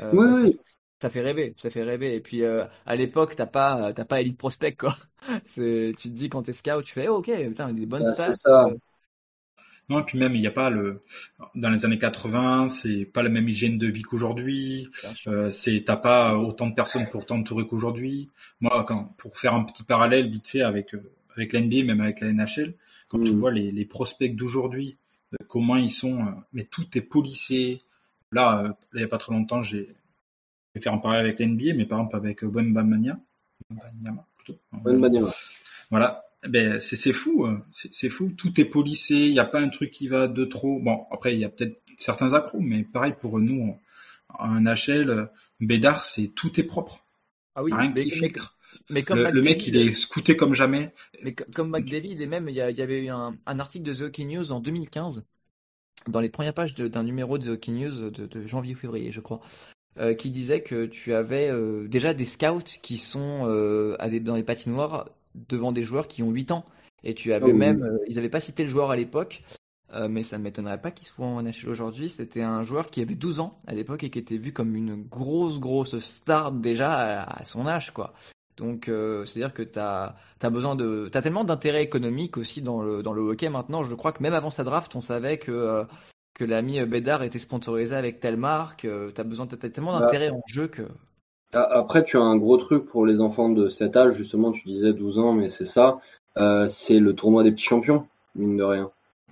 Ça fait rêver. Et puis à l'époque, t'as pas Elite Prospect, quoi. Tu te dis quand t'es scout, tu fais ok, putain, des bonnes stats. C'est ça. Non, et puis même, il n'y a pas dans les années 80, c'est pas la même hygiène de vie qu'aujourd'hui. T'as pas autant de personnes pour t'entourer qu'aujourd'hui. Moi, pour faire un petit parallèle vite fait avec l'NBA, même avec la NHL, quand tu vois les prospects d'aujourd'hui, comment ils sont, mais tout est policé. Là, il y a pas très longtemps, je vais faire un parallèle avec l'NBA, mais par exemple avec Wembanyama plutôt. Wembanyama. Voilà. Ben c'est fou, c'est fou. Tout est policé. Il y a pas un truc qui va de trop. Bon, après il y a peut-être certains accros, mais pareil pour nous en NHL, Bédard, tout est propre. Ah oui. Rien qui filtre. Mais comme le mec, il est scouté comme jamais. Mais comme McDavid, et même il y avait eu un article de The Hockey News en 2015, dans les premières pages d'un numéro de The Hockey News de janvier ou février, je crois, qui disait que tu avais déjà des scouts qui sont dans les patinoires devant des joueurs qui ont 8 ans. Et tu avais ils n'avaient pas cité le joueur à l'époque, mais ça ne m'étonnerait pas qu'il soit en NHL aujourd'hui. C'était un joueur qui avait 12 ans à l'époque et qui était vu comme une grosse star déjà à son âge, quoi. Donc c'est-à-dire que t'as tellement d'intérêt économique aussi dans le hockey maintenant. Je crois que même avant sa draft, on savait que l'ami Bédard était sponsorisé avec telle marque. T'as tellement d'intérêt en jeu que. Après, tu as un gros truc pour les enfants de cet âge, justement, tu disais 12 ans, mais c'est ça. C'est le tournoi des petits champions, mine de rien.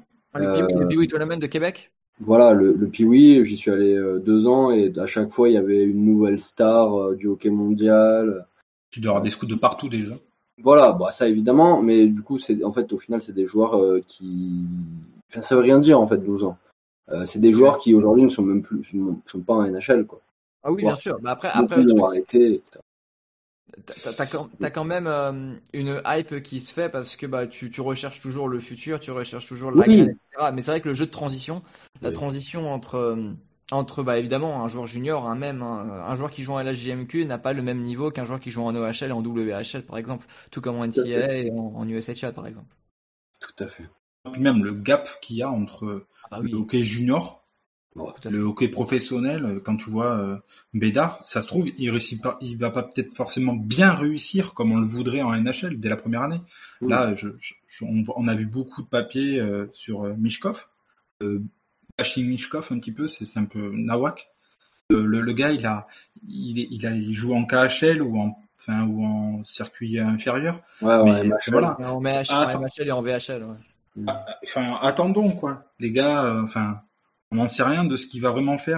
Le Pee-Wee Tournament de Québec. Voilà, le Pee-Wee, j'y suis allé 2 ans, et à chaque fois, il y avait une nouvelle star du hockey mondial. Tu dois avoir des scouts de partout déjà. Voilà, ça évidemment, mais du coup, au final, c'est des joueurs qui. Enfin, ça veut rien dire, en fait, 12 ans. C'est des joueurs qui aujourd'hui ne sont pas en NHL, quoi. Ah oui, bien sûr. Après le truc, arrêté, t'as quand même une hype qui se fait parce que tu recherches toujours le futur, tu recherches toujours la graine, etc. Mais c'est vrai que le jeu de transition, la transition entre évidemment un joueur junior, un joueur qui joue à l'HJMQ n'a pas le même niveau qu'un joueur qui joue en OHL et en WHL par exemple, tout comme en NCAA et en USHL par exemple. Tout à fait. Puis même le gap qu'il y a entre le hockey junior, le hockey professionnel, quand tu vois Bédard, ça se trouve il va pas peut-être forcément bien réussir comme on le voudrait en NHL dès la première année. Là, on a vu beaucoup de papiers sur Michkov, bashing Michkov un petit peu, c'est un peu nawak. Le gars, il joue en KHL ou en circuit inférieur. Mais voilà. En MHL et en VHL. Attendons quoi, les gars. On n'en sait rien de ce qu'il va vraiment faire.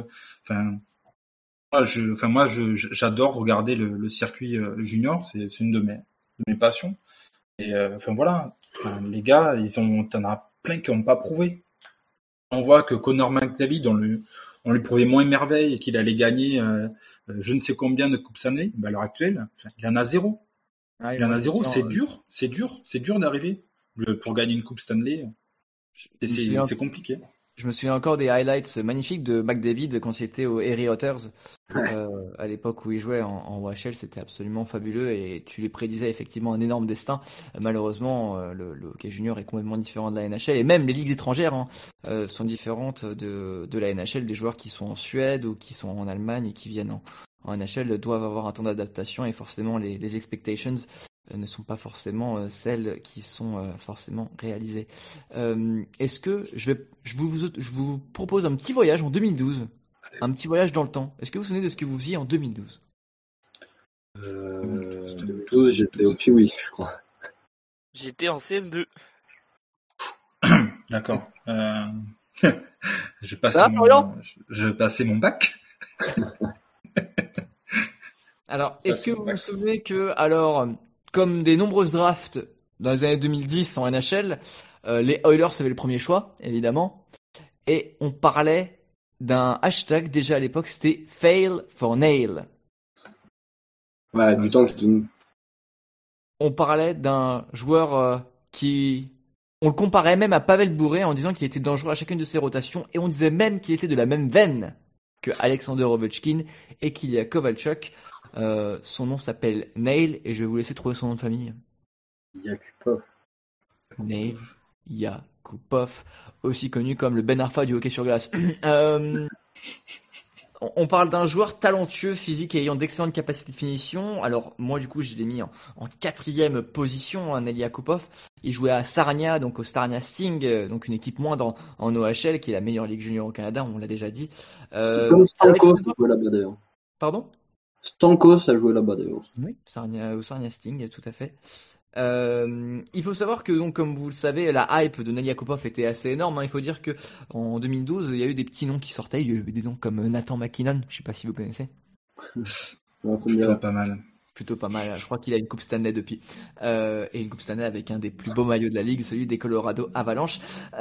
Moi, j'adore regarder le circuit junior. C'est une de mes passions. Et voilà, les gars, t'en as plein qui n'ont pas prouvé. On voit que Connor McDavid, on lui prouvait moins merveille et qu'il allait gagner je ne sais combien de coupes Stanley. À l'heure actuelle, il en a 0. Il en a 0. C'est dur d'arriver pour gagner une coupe Stanley. C'est compliqué. Je me souviens encore des highlights magnifiques de McDavid quand il était au Erie Otters. À l'époque où il jouait en OHL, c'était absolument fabuleux et tu lui prédisais effectivement un énorme destin. Malheureusement, le hockey junior est complètement différent de la NHL et même les ligues étrangères sont différentes de la NHL, des joueurs qui sont en Suède ou qui sont en Allemagne et qui viennent en NHL doivent avoir un temps d'adaptation et forcément les expectations ne sont pas forcément celles qui sont forcément réalisées. Est-ce que je vous propose un petit voyage en 2012, un petit voyage dans le temps. Est-ce que vous vous souvenez de ce que vous faisiez en 2012? 2012, j'étais au Pee-Wee, je crois. J'étais en CM2. D'accord. Je passais mon bac. Alors, est-ce que vous vous souvenez que, alors, comme des nombreuses drafts dans les années 2010 en NHL, les Oilers avaient le premier choix, évidemment, et on parlait d'un hashtag déjà à l'époque, c'était Fail for Nail. Ouais, du tanking. On parlait d'un joueur on le comparait même à Pavel Bure en disant qu'il était dangereux à chacune de ses rotations, et on disait même qu'il était de la même veine que Alexander Ovechkin et qu'Ilya Kovalchuk. Son nom s'appelle Nail et je vais vous laisser trouver son nom de famille. Yakupov. Nail Yakupov, aussi connu comme le Ben Arfa du hockey sur glace. On parle d'un joueur talentueux, physique et ayant d'excellentes capacités de finition. Alors moi du coup je l'ai mis en 4e position, Nail Yakupov. Il jouait à Sarnia, donc au Sarnia Sting, donc une équipe moindre en OHL, qui est la meilleure ligue junior au Canada, on l'a déjà dit. Comme Stamkos a joué là-bas d'ailleurs. Pardon ? Stamkos a joué là-bas d'ailleurs. Oui, au Sarnia Sting, tout à fait. Il faut savoir que, donc, comme vous le savez, la hype de Nail Yakupov était assez énorme. Il faut dire que en 2012, il y a eu des petits noms qui sortaient. Il y a eu des noms comme Nathan MacKinnon. Je sais pas si vous connaissez. Plutôt pas mal. Plutôt pas mal. Je crois qu'il a une coupe Stanley depuis. Et une coupe Stanley avec un des plus beaux maillots de la ligue, celui des Colorado Avalanche.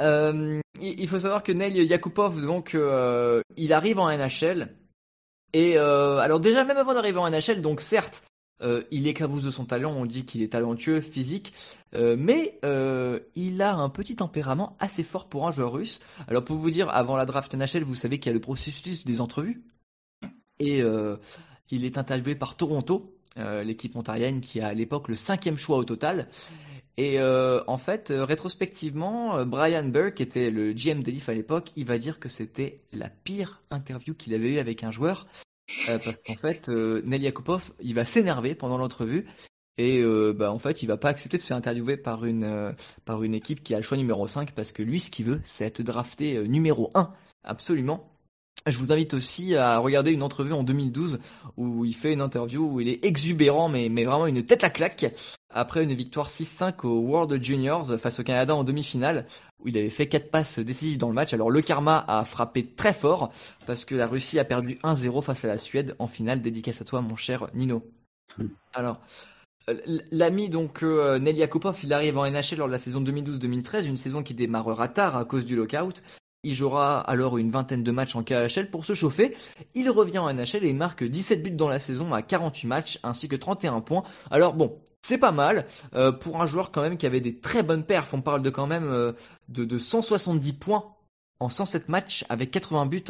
Il faut savoir que Nail Yakupov, donc, il arrive en NHL. Et alors déjà, même avant d'arriver en NHL, donc certes, il éclabousse de son talent, on dit qu'il est talentueux, physique, mais il a un petit tempérament assez fort pour un joueur russe. Alors pour vous dire, avant la draft NHL, vous savez qu'il y a le processus des entrevues, et il est interviewé par Toronto, l'équipe ontarienne qui a à l'époque le 5e choix au total. Et en fait, rétrospectivement, Brian Burke, qui était le GM de Leaf à l'époque, il va dire que c'était la pire interview qu'il avait eue avec un joueur. Parce qu'en fait, Nail Yakupov, il va s'énerver pendant l'entrevue et en fait, il va pas accepter de se faire interviewer par une équipe qui a le choix numéro 5 parce que lui, ce qu'il veut, c'est être drafté numéro 1, absolument. Je vous invite aussi à regarder une entrevue en 2012 où il fait une interview où il est exubérant, mais vraiment une tête à claque après une victoire 6-5 au World Juniors face au Canada en demi-finale où il avait fait 4 passes décisives dans le match. Alors le karma a frappé très fort parce que la Russie a perdu 1-0 face à la Suède en finale. Dédicace à toi, mon cher Nino. Alors, l'ami donc Nail Yakupov, il arrive en NHL lors de la saison 2012-2013, une saison qui démarrera tard à cause du lockout. Il jouera alors une vingtaine de matchs en KHL pour se chauffer. Il revient en NHL et marque 17 buts dans la saison à 48 matchs ainsi que 31 points. Alors bon, c'est pas mal pour un joueur quand même qui avait des très bonnes perfs. On parle de quand même de 170 points en 107 matchs avec 80 buts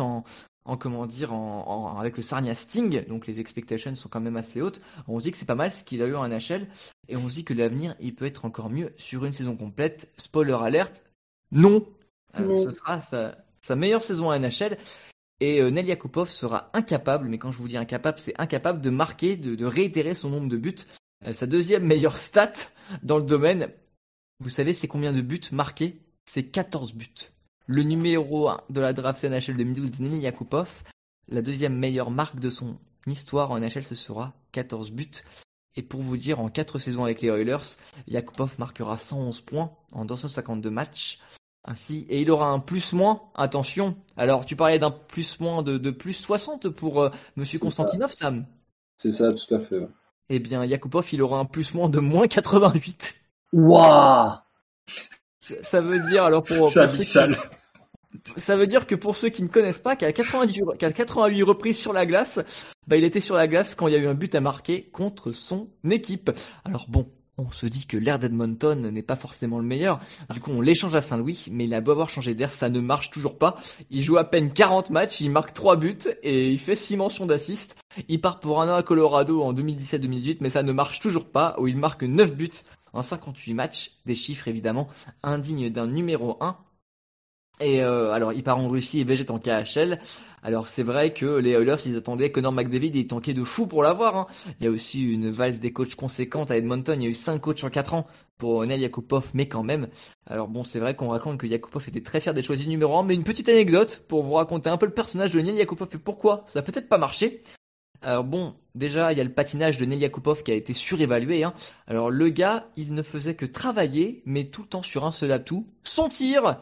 avec le Sarnia Sting. Donc les expectations sont quand même assez hautes. On se dit que c'est pas mal ce qu'il a eu en NHL et on se dit que l'avenir il peut être encore mieux sur une saison complète. Spoiler alert, non. Ce sera sa meilleure saison à NHL et Nail Yakupov sera incapable, mais quand je vous dis incapable, c'est incapable de marquer, de réitérer son nombre de buts. Sa deuxième meilleure stat dans le domaine, vous savez c'est combien de buts marqués? C'est 14 buts. Le numéro 1 de la draft NHL 2012, Nail Yakupov, la deuxième meilleure marque de son histoire en NHL, ce sera 14 buts. Et pour vous dire, en 4 saisons avec les Oilers, Yakupov marquera 111 points en 252 matchs. Ainsi, et il aura un plus-moins, attention. Alors, tu parlais d'un plus-moins de plus 60 pour Monsieur Konstantinov, Sam. C'est ça, tout à fait. Ouais. Eh bien, Yakupov, il aura un plus-moins de moins 88. Waouh! Ça veut dire, alors ça veut dire que pour ceux qui ne connaissent pas, qu'à 88 reprises sur la glace, il était sur la glace quand il y a eu un but à marquer contre son équipe. Alors bon, on se dit que l'air d'Edmonton n'est pas forcément le meilleur. Du coup, on l'échange à Saint-Louis, mais il a beau avoir changé d'air, ça ne marche toujours pas. Il joue à peine 40 matchs, il marque 3 buts et il fait 6 mentions d'assist. Il part pour un an à Colorado en 2017-2018, mais ça ne marche toujours pas, où il marque 9 buts en 58 matchs. Des chiffres évidemment indignes d'un numéro 1. Et alors, il part en Russie et végète en KHL. Alors, c'est vrai que les Oilers, ils attendaient Connor McDavid et ils tankaient de fou pour l'avoir. Hein. Il y a aussi une valse des coachs conséquente à Edmonton. Il y a eu 5 coachs en 4 ans pour Neil Yakupov, mais quand même. Alors bon, c'est vrai qu'on raconte que Yakupov était très fier d'être choisi numéro 1, mais une petite anecdote pour vous raconter un peu le personnage de Neil Yakupov et pourquoi ça a peut-être pas marché. Alors bon, déjà, il y a le patinage de Neil Yakupov qui a été surévalué. Hein. Alors le gars, il ne faisait que travailler, mais tout le temps sur un seul atout, son tir.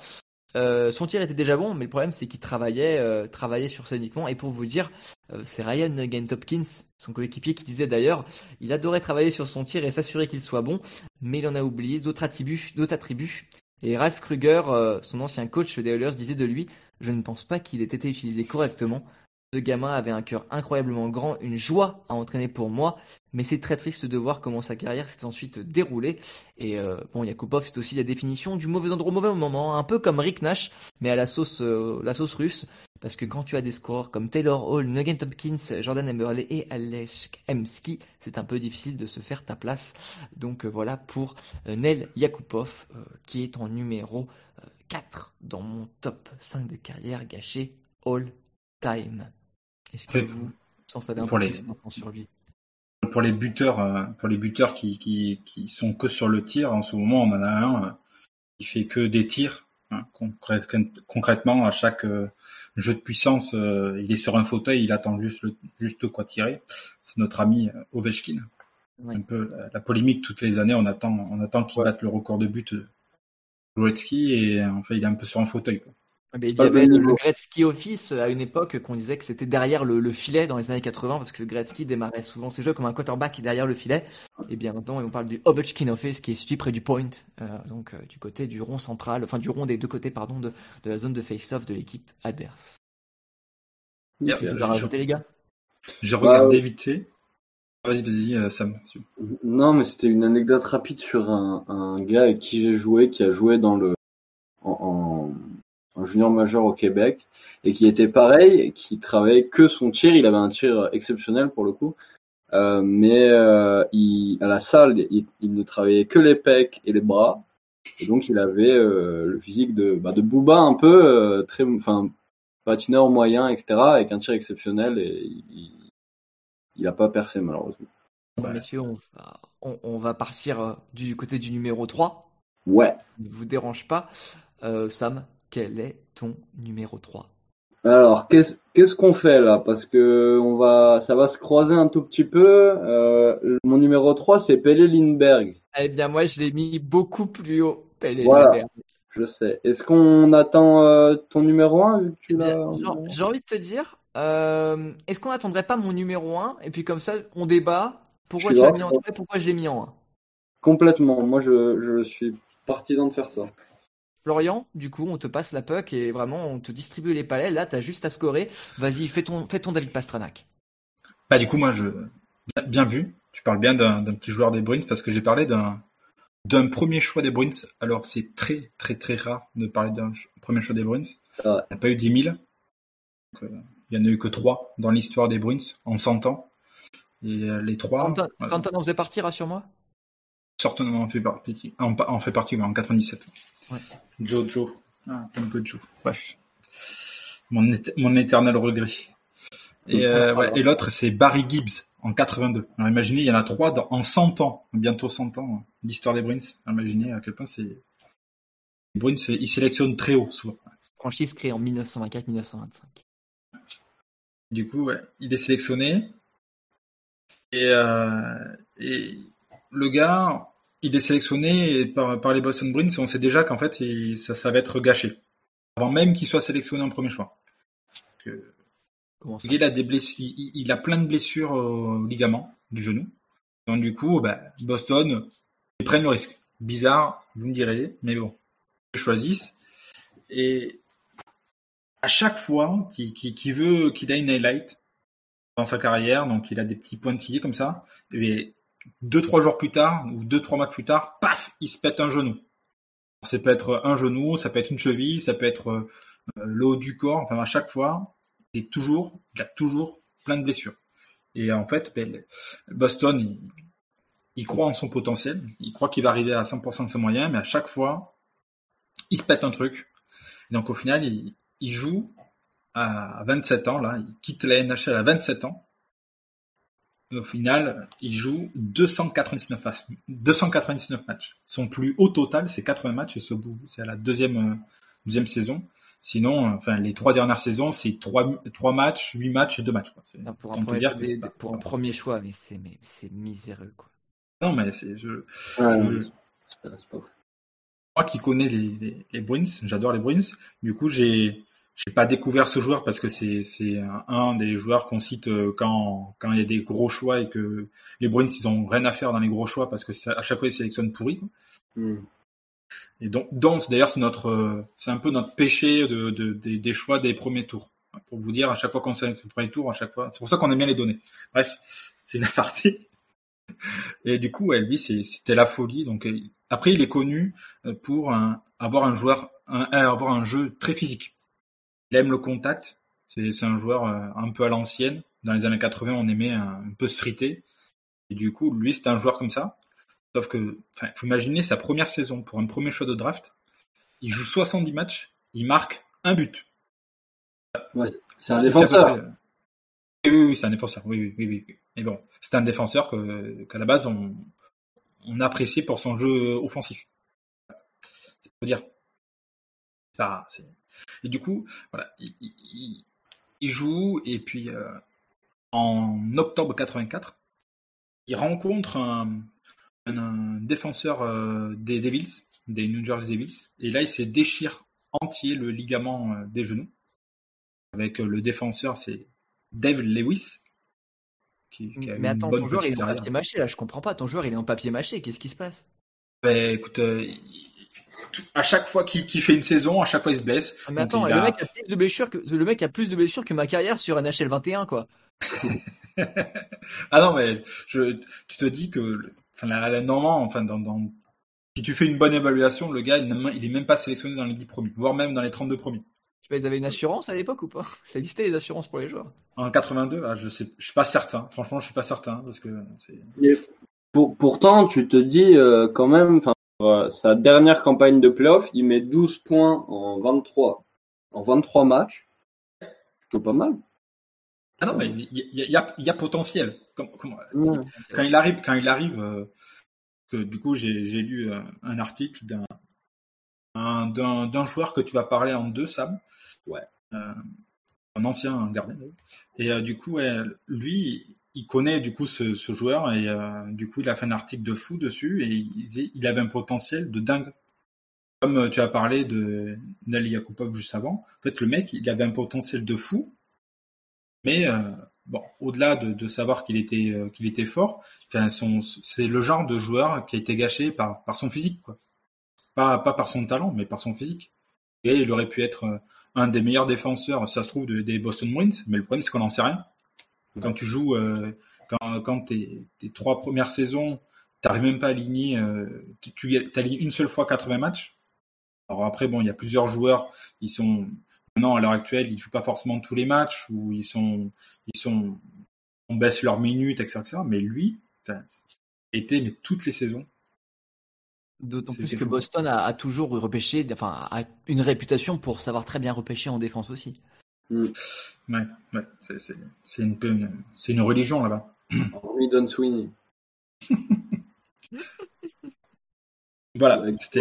Son tir était déjà bon, mais le problème c'est qu'il travaillait sur ça uniquement. Et pour vous dire, c'est Ryan Nugent-Hopkins, son coéquipier, qui disait d'ailleurs, il adorait travailler sur son tir et s'assurer qu'il soit bon, mais il en a oublié d'autres attributs. Et Ralph Kruger, son ancien coach des Oilers, disait de lui, je ne pense pas qu'il ait été utilisé correctement. Ce gamin avait un cœur incroyablement grand, une joie à entraîner pour moi, mais c'est très triste de voir comment sa carrière s'est ensuite déroulée. Et bon, Yakupov, c'est aussi la définition du mauvais endroit au mauvais moment, un peu comme Rick Nash, mais à la sauce russe. Parce que quand tu as des scoreurs comme Taylor Hall, Nugent Hopkins, Jordan Eberle et Alex Hemsky, c'est un peu difficile de se faire ta place. Donc voilà pour Neil Yakupov, qui est en numéro 4 dans mon top 5 de carrière gâchée all time. Est-ce que vous en savez un peu plus maintenant sur lui? Pour les buteurs qui sont que sur le tir, en ce moment, on en a un qui fait que des tirs. Hein, concrètement, à chaque jeu de puissance, il est sur un fauteuil, il attend juste quoi tirer. C'est notre ami Ovechkin. Oui. Un peu la polémique toutes les années, on attend qu'il batte le record de but de Gretzky et enfin, il est un peu sur un fauteuil, quoi. Mais il y avait le Gretzky Office à une époque qu'on disait que c'était derrière le filet dans les années 80 parce que Gretzky démarrait souvent ses jeux comme un quarterback derrière le filet. Et bien maintenant, on parle du Ovechkin Office qui est situé près du point, donc du côté du rond central, enfin du rond des deux côtés, pardon, de la zone de face-off de l'équipe adverse. Okay. Tu vas rajouter les gars? J'ai regardé vite fait. Vas-y, Sam. Non, mais c'était une anecdote rapide sur un gars avec qui j'ai joué, qui a joué dans en junior majeur au Québec et qui était pareil, qui travaillait que son tir. Il avait un tir exceptionnel pour le coup, mais à la salle, il ne travaillait que les pecs et les bras, et donc il avait le physique de Booba un peu, patineur moyen, etc., avec un tir exceptionnel, et il a pas percé malheureusement. Bon, messieurs, on va partir du côté du numéro 3. Ouais. Ne vous dérange pas. Sam, quel est ton numéro 3? Alors, qu'est-ce qu'on fait là? Parce que ça va se croiser un tout petit peu. Mon numéro 3, c'est Pelle Lindbergh. Eh bien, moi, je l'ai mis beaucoup plus haut, Pelle Lindbergh. Je sais. Est-ce qu'on attend ton numéro 1 vu que tu l'as... J'ai envie de te dire, est-ce qu'on n'attendrait pas mon numéro 1 et puis comme ça, on débat pourquoi tu l'as mis en 3 et pourquoi je l'ai mis en 1? Complètement. Moi, je suis partisan de faire ça. Florian, du coup, on te passe la puck et vraiment, on te distribue les palais. Là, t'as juste à scorer. Vas-y, fais ton David Pastrnak. Bah, du coup, moi, bien vu. Tu parles bien d'un petit joueur des Bruins parce que j'ai parlé d'un premier choix des Bruins. Alors, c'est très, très, très rare de parler d'un premier choix des Bruins. Il n'y a pas eu 10 000. Donc, il n'y en a eu que 3 dans l'histoire des Bruins en 100 ans. Et les 3... Stanton en faisait partie, rassure-moi. Stanton en fait partie, en 97. Ouais. Joe. Un peu de Joe. Bref. Mon éternel regret. Et, et l'autre, c'est Barry Gibbs en 82. Alors, imaginez, il y en a 3 en 100 ans, bientôt 100 ans d'histoire des Bruins. Imaginez à quel point les Bruins, ils sélectionnent très haut souvent. Franchise créée en 1924-1925. Du coup, il est sélectionné. Et le gars, il est sélectionné par les Boston Bruins et on sait déjà qu'en fait, ça va être gâché. Avant même qu'il soit sélectionné en premier choix. Comment ça? Il a plein de blessures au ligament du genou. Donc du coup, Boston, ils prennent le risque. Bizarre, vous me direz, mais bon, ils choisissent. Et à chaque fois qu'il a une highlight dans sa carrière, donc il a des petits pointillés comme ça, et 2-3 jours plus tard, ou 2-3 matchs plus tard, paf, il se pète un genou. Ça peut être un genou, ça peut être une cheville, ça peut être le haut du corps, enfin à chaque fois, il a toujours plein de blessures. Et en fait, Boston, il croit en son potentiel, il croit qu'il va arriver à 100% de ses moyens, mais à chaque fois, il se pète un truc. Et donc au final, il joue à 27 ans, là, il quitte la NHL à 27 ans. Et au final, il joue 299 matchs. Son plus haut total, c'est 80 matchs, et c'est à la deuxième saison. Sinon, enfin, les 3 dernières saisons, c'est 3 matchs, 8 matchs et 2 matchs, quoi. Non, pour un premier choix, mais c'est miséreux, quoi. Non, mais c'est moi qui connais les Bruins, j'adore les Bruins. Du coup, j'ai pas découvert ce joueur parce que c'est un des joueurs qu'on cite quand il y a des gros choix et que les Bruins ils ont rien à faire dans les gros choix parce que à chaque fois ils sélectionnent pourri, quoi. Et donc d'ailleurs c'est un peu notre péché des choix des premiers tours. Pour vous dire, à chaque fois qu'on sélectionne le premier tour, à chaque fois, c'est pour ça qu'on aime bien les données. Bref, c'est la partie. Et du coup, lui, c'était la folie. Donc après, il est connu pour avoir un jeu très physique. Il aime le contact. C'est un joueur un peu à l'ancienne. Dans les années 80, on aimait un peu se friter. Et du coup, lui, c'était un joueur comme ça. Sauf que, faut imaginer sa première saison pour un premier choix de draft. Il joue 70 matchs. Il marque un but. Ouais, c'est un défenseur. Oui, c'est un défenseur. Oui. Mais bon, c'est un défenseur qu'à la base, on appréciait pour son jeu offensif. C'est pour dire. Et du coup, voilà, il joue, et puis en octobre 84, il rencontre un défenseur des Devils, des New Jersey Devils, et là il se déchire entier le ligament des genoux. Avec le défenseur, c'est Dave Lewis. Mais attends, ton joueur il est en papier mâché là, je comprends pas. Ton joueur il est en papier mâché, qu'est-ce qui se passe? Ben écoute, à chaque fois qu'il fait une saison, à chaque fois il se blesse. Mais attends, le mec a plus de blessures que ma carrière sur NHL 21, quoi. Ah non, mais tu te dis que, normalement, si tu fais une bonne évaluation, le gars, il est même pas sélectionné dans les 10 premiers, voire même dans les 32 premiers. Tu sais pas, ils avaient une assurance à l'époque ou pas? Ça existait les assurances pour les joueurs? En 82, là, je suis pas certain. Franchement, je suis pas certain parce que pourtant, tu te dis quand même, sa dernière campagne de playoff, il met 12 points en 23 matchs. Plutôt pas mal. Ah non, mais il y a potentiel. Quand il arrive, que du coup j'ai lu un article d'un joueur que tu vas parler en deux, Sam. Ouais. Un ancien gardien. Et du coup, lui, il connaît du coup ce joueur et du coup il a fait un article de fou dessus et il avait un potentiel de dingue. Comme tu as parlé de Nail Yakupov juste avant, en fait le mec il avait un potentiel de fou, mais au-delà de savoir qu'il était fort, c'est le genre de joueur qui a été gâché par son physique, quoi. Pas par son talent, mais par son physique. Et il aurait pu être un des meilleurs défenseurs, ça se trouve, des Boston Bruins, mais le problème c'est qu'on n'en sait rien. Quand tu joues, quand tes 3 premières saisons, t'arrives même pas à aligner, tu alignes une seule fois 80 matchs. Alors après, bon, il y a plusieurs joueurs, maintenant à l'heure actuelle, ils jouent pas forcément tous les matchs, ou on baisse leurs minutes, etc. Mais lui, mais toutes les saisons. D'autant plus que Boston a toujours repêché, a une réputation pour savoir très bien repêcher en défense aussi. Ouais, c'est une religion là-bas. Hormis Don Sweeney. Voilà, c'était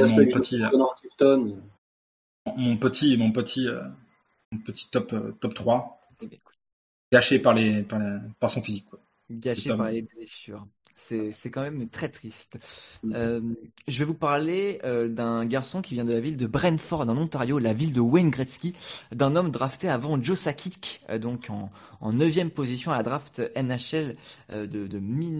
mon petit top 3. Gâché par son physique, quoi. Gâché par les blessures. C'est quand même très triste. Je vais vous parler d'un garçon qui vient de la ville de Brantford en Ontario, la ville de Wayne Gretzky, d'un homme drafté avant Joe Sakic, donc en 9e position à la draft NHL de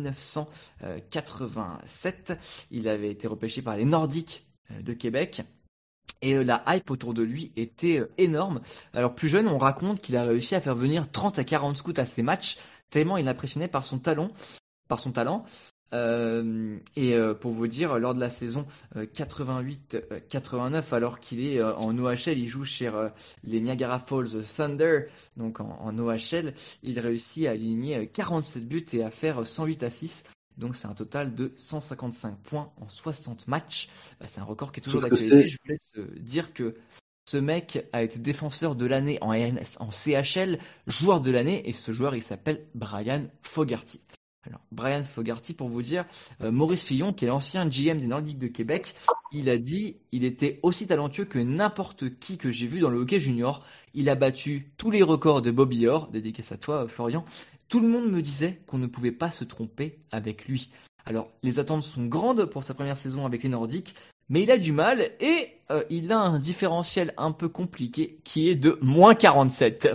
1987. Il avait été repêché par les Nordiques de Québec. Et la hype autour de lui était énorme. Alors plus jeune, on raconte qu'il a réussi à faire venir 30 à 40 scouts à ses matchs, tellement il impressionnait par son talent. Pour vous dire, lors de la saison 88-89, alors qu'il est en OHL, il joue chez les Niagara Falls Thunder, donc en OHL, il réussit à aligner 47 buts et à faire 108 assists. Donc c'est un total de 155 points en 60 matchs. C'est un record qui est toujours d'actualité. Je vous laisse dire que Ce mec a été défenseur de l'année en CHL, joueur de l'année, et ce joueur, il s'appelle Brian Fogarty. Alors, Brian Fogarty, pour vous dire, Maurice Fillon, qui est l'ancien GM des Nordiques de Québec, il a dit il était aussi talentueux que n'importe qui que j'ai vu dans le hockey junior. Il a battu tous les records de Bobby Orr, dédicace à toi, Florian. Tout le monde me disait qu'on ne pouvait pas se tromper avec lui. Alors, les attentes sont grandes pour sa première saison avec les Nordiques, mais il a du mal et il a un différentiel un peu compliqué qui est de moins 47.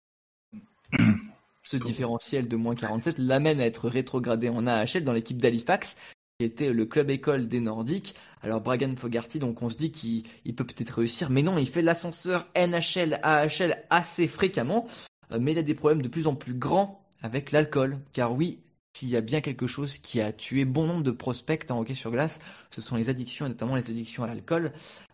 Ce différentiel de moins 47 l'amène à être rétrogradé en AHL dans l'équipe d'Halifax, qui était le club école des Nordiques. Alors Brian Fogarty, donc on se dit qu'il peut peut-être réussir, mais non, il fait l'ascenseur NHL, AHL assez fréquemment, mais il a des problèmes de plus en plus grands avec l'alcool, car oui, s'il y a bien quelque chose qui a tué bon nombre de prospects en hockey sur glace, ce sont les addictions, et notamment les addictions à l'alcool.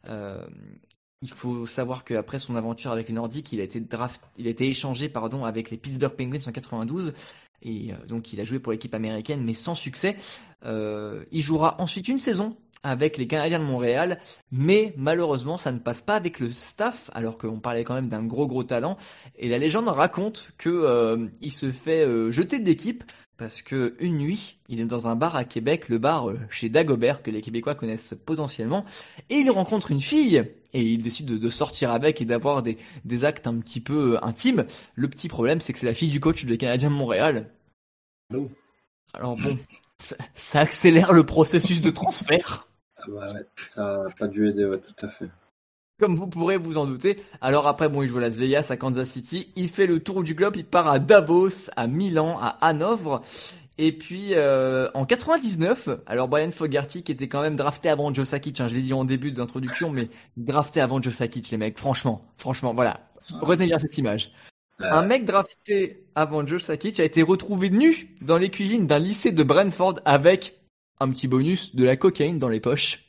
Il faut savoir qu'après son aventure avec les Nordiques, il a été échangé avec les Pittsburgh Penguins en 92, et donc il a joué pour l'équipe américaine, mais sans succès. Il jouera ensuite une saison avec les Canadiens de Montréal, mais malheureusement ça ne passe pas avec le staff, alors qu'on parlait quand même d'un gros talent. Et la légende raconte que il se fait jeter de l'équipe parce que une nuit, il est dans un bar à Québec, le bar chez Dagobert, que les Québécois connaissent potentiellement, et il rencontre une fille, et il décide de sortir avec et d'avoir des actes un petit peu intimes. Le petit problème, c'est que c'est la fille du coach des Canadiens de Montréal. Oh. Alors bon, ça accélère le processus de transfert. Ah bah ouais, ça n'a pas dû aider, ouais, tout à fait. Comme vous pourrez vous en douter. Alors après, bon, il joue à Las Vegas, à Kansas City. Il fait le tour du globe. Il part à Davos, à Milan, à Hanovre. Et puis, en 99, alors Brian Fogarty, qui était quand même drafté avant Joe Sakic, je l'ai dit en début d'introduction, mais drafté avant Joe Sakic, les mecs. Franchement, voilà. Retenez bien cette image. Un mec drafté avant Joe Sakic a été retrouvé nu dans les cuisines d'un lycée de Brentford avec un petit bonus de la cocaïne dans les poches.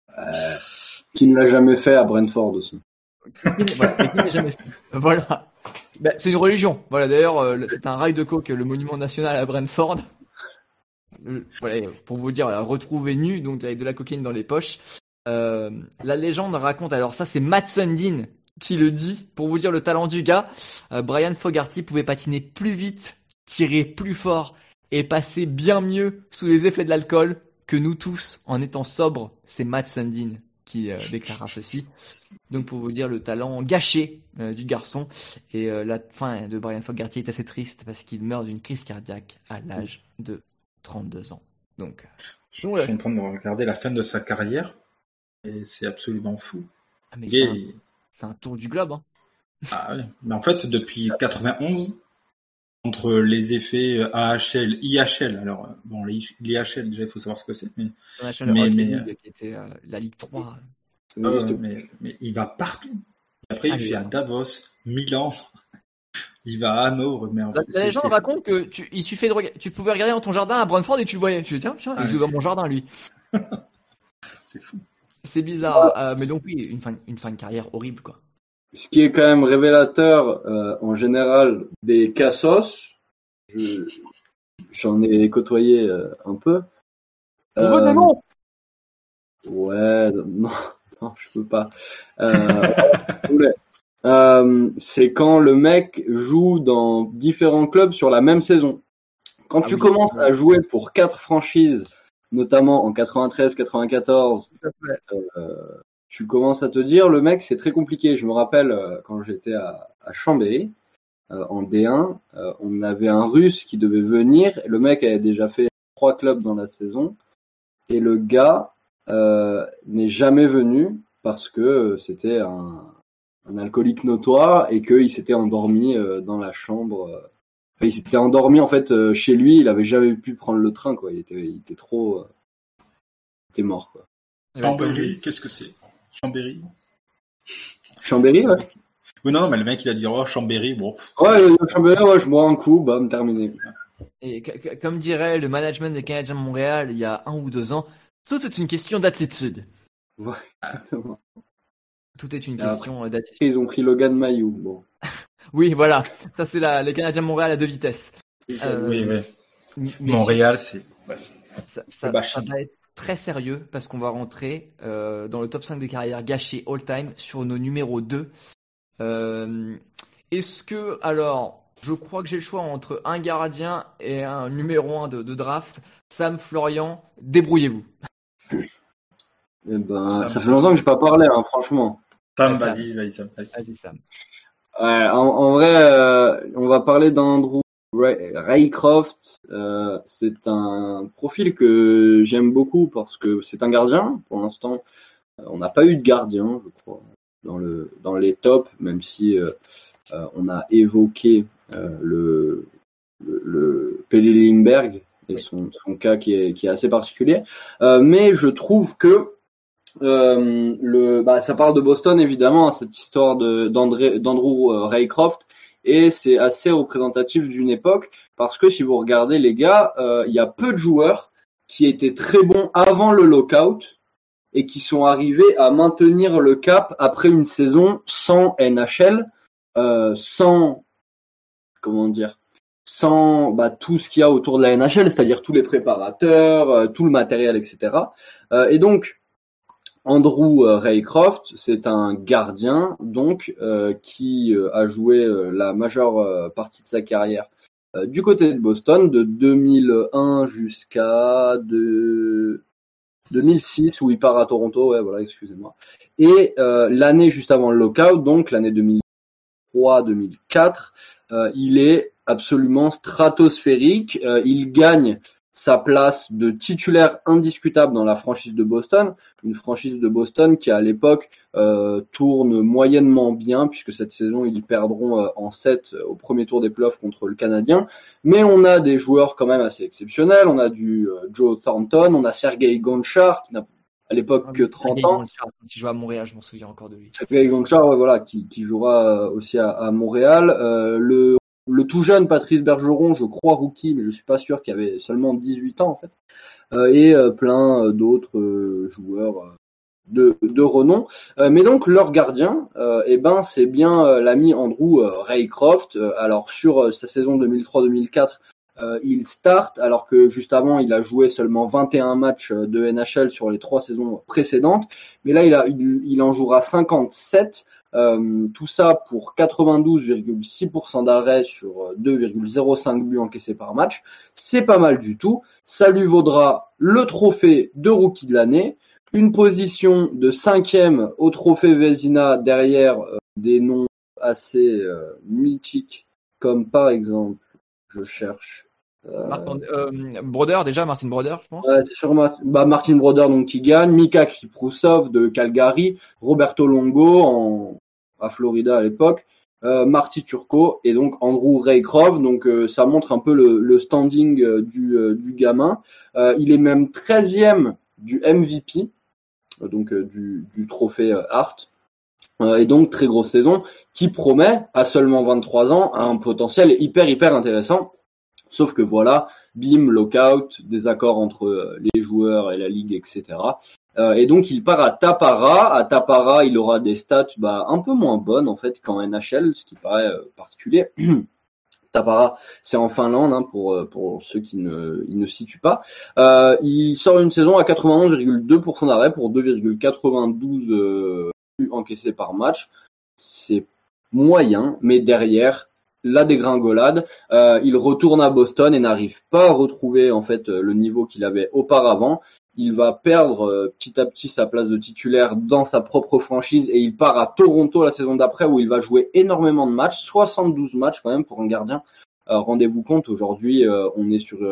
Qui ne l'a jamais fait à Brentford aussi. Voilà, qui ne l'a jamais fait. Voilà. Ben, c'est une religion. Voilà, d'ailleurs, c'est un rail de coke, le monument national à Brentford. Voilà, pour vous dire, retrouvé nu, donc avec de la cocaïne dans les poches. La légende raconte, alors ça c'est Matt Sundin qui le dit, pour vous dire le talent du gars. Brian Fogarty pouvait patiner plus vite, tirer plus fort et passer bien mieux sous les effets de l'alcool que nous tous en étant sobres. C'est Matt Sundin qui déclara ceci. Donc pour vous dire le talent gâché du garçon. Et la fin de Brian Fogarty est assez triste parce qu'il meurt d'une crise cardiaque à l'âge de 32 ans. Donc, je suis en train de regarder la fin de sa carrière et c'est absolument fou. Ah, mais c'est un tour du globe. Hein. Ah ouais. Mais en fait, depuis 91, entre les effets AHL, IHL, alors bon, l'IHL déjà il faut savoir ce que c'est, mais qui était la Ligue 3. Mais il va partout. Et après il fait à Davos, Milan, il va à Hanovre. Mais en fait, les gens racontent que tu pouvais regarder dans ton jardin à Brentford et tu le voyais. Tu dis tiens, il joue dans mon jardin lui. C'est fou. C'est bizarre, mais donc oui, une fin de carrière horrible quoi. Ce qui est quand même révélateur en général des Cassos, j'en ai côtoyé un peu. Ouais, non, je peux pas. C'est quand le mec joue dans différents clubs sur la même saison. Quand tu commences à jouer pour 4 franchises, notamment en 93, 94, tu commences à te dire, le mec, c'est très compliqué. Je me rappelle quand j'étais à Chambéry, en D1, on avait un Russe qui devait venir. Le mec avait déjà fait 3 clubs dans la saison. Et le gars n'est jamais venu parce que c'était un alcoolique notoire et qu'il s'était endormi dans la chambre. Enfin, il s'était endormi en fait chez lui. Il avait jamais pu prendre le train, quoi. Il était trop... il était mort, quoi. Chambéry, qu'est-ce que c'est? Chambéry, ouais. Oui, non, mais le mec, il a dit, Chambéry, bon. Ouais, Chambéry, ouais, je bois un coup, bam, terminé. Et comme dirait le management des Canadiens de Montréal il y a 1 ou 2 ans, tout est une question d'attitude. Ouais, exactement. Tout est une question d'attitude. Ils ont pris Logan Mayou, bon. Oui, voilà. Ça, c'est les Canadiens de Montréal à 2 vitesses. Oui. Montréal, c'est... Ça va être très sérieux parce qu'on va rentrer dans le top 5 des carrières gâchées all-time sur nos numéros 2. Est-ce que, alors, je crois que j'ai le choix entre un gardien et un numéro 1 de draft. Sam, Florian, débrouillez-vous. Eh ben, ça fait longtemps que j'ai pas parlé, hein, franchement. Sam, vas-y, Sam. Vas-y, Sam. Ouais, en vrai, on va parler d'Andrew Raycroft. C'est un profil que j'aime beaucoup parce que c'est un gardien. Pour l'instant, on n'a pas eu de gardien, je crois, dans les tops, même si on a évoqué le Pelle Lindbergh et son cas qui est assez particulier. Mais je trouve que ça parle de Boston évidemment, hein, cette histoire d'Andrew Raycroft, et c'est assez représentatif d'une époque parce que si vous regardez les gars, il y a peu de joueurs qui étaient très bons avant le lockout et qui sont arrivés à maintenir le cap après une saison sans NHL, sans tout ce qu'il y a autour de la NHL, c'est-à-dire tous les préparateurs, tout le matériel, etc. Et donc Andrew Raycroft, c'est un gardien donc qui a joué la majeure partie de sa carrière du côté de Boston de 2001 jusqu'à 2006 où il part à Toronto, ouais voilà, excusez-moi. Et l'année juste avant le lockout, donc l'année 2003-2004, il est absolument stratosphérique, il gagne sa place de titulaire indiscutable dans la franchise de Boston, une franchise de Boston qui à l'époque tourne moyennement bien puisque cette saison ils perdront en 7 au premier tour des playoffs contre le Canadien, mais on a des joueurs quand même assez exceptionnels, on a du Joe Thornton, on a Sergei Gonchar qui n'a à l'époque que 30 ans. Qui joue à Montréal, je m'en souviens encore de lui. Sergei Gonchar, ouais, voilà, qui jouera aussi à Montréal. Le tout jeune Patrice Bergeron, je crois rookie, mais je suis pas sûr, qui avait seulement 18 ans en fait, et plein d'autres joueurs de renom. Mais donc leur gardien, c'est bien l'ami Andrew Raycroft. Alors sur sa saison 2003-2004, il start alors que juste avant il a joué seulement 21 matchs de NHL sur les 3 saisons précédentes. Mais là il en jouera 57. Tout ça pour 92,6% d'arrêt sur 2,05 buts encaissés par match. C'est pas mal du tout. Ça lui vaudra le trophée de rookie de l'année, une position de 5e au trophée Vezina derrière des noms assez mythiques comme par exemple, je cherche Martin Brodeur, je pense. C'est sur Martin Brodeur donc qui gagne, Mika Kriprusov de Calgary, Roberto Longo à Florida à l'époque, Marty Turco et donc Andrew Raycroft. Donc ça montre un peu le standing du gamin. Il est même 13e du MVP, donc du trophée Hart. Et donc très grosse saison qui promet à seulement 23 ans un potentiel hyper intéressant. Sauf que voilà, bim, lockout, désaccord entre les joueurs et la ligue, etc. Et donc il part à Tappara. À Tappara, il aura des stats un peu moins bonnes en fait qu'en NHL, ce qui paraît particulier. Tappara, c'est en Finlande, hein, pour ceux qui ne situent pas. Il sort une saison à 91,2% d'arrêt pour 2,92 buts encaissés par match. C'est moyen, mais derrière la dégringolade, il retourne à Boston et n'arrive pas à retrouver en fait le niveau qu'il avait auparavant. Il va perdre petit à petit sa place de titulaire dans sa propre franchise et il part à Toronto la saison d'après où il va jouer énormément de matchs, 72 matchs quand même pour un gardien. Rendez-vous compte, aujourd'hui on est sur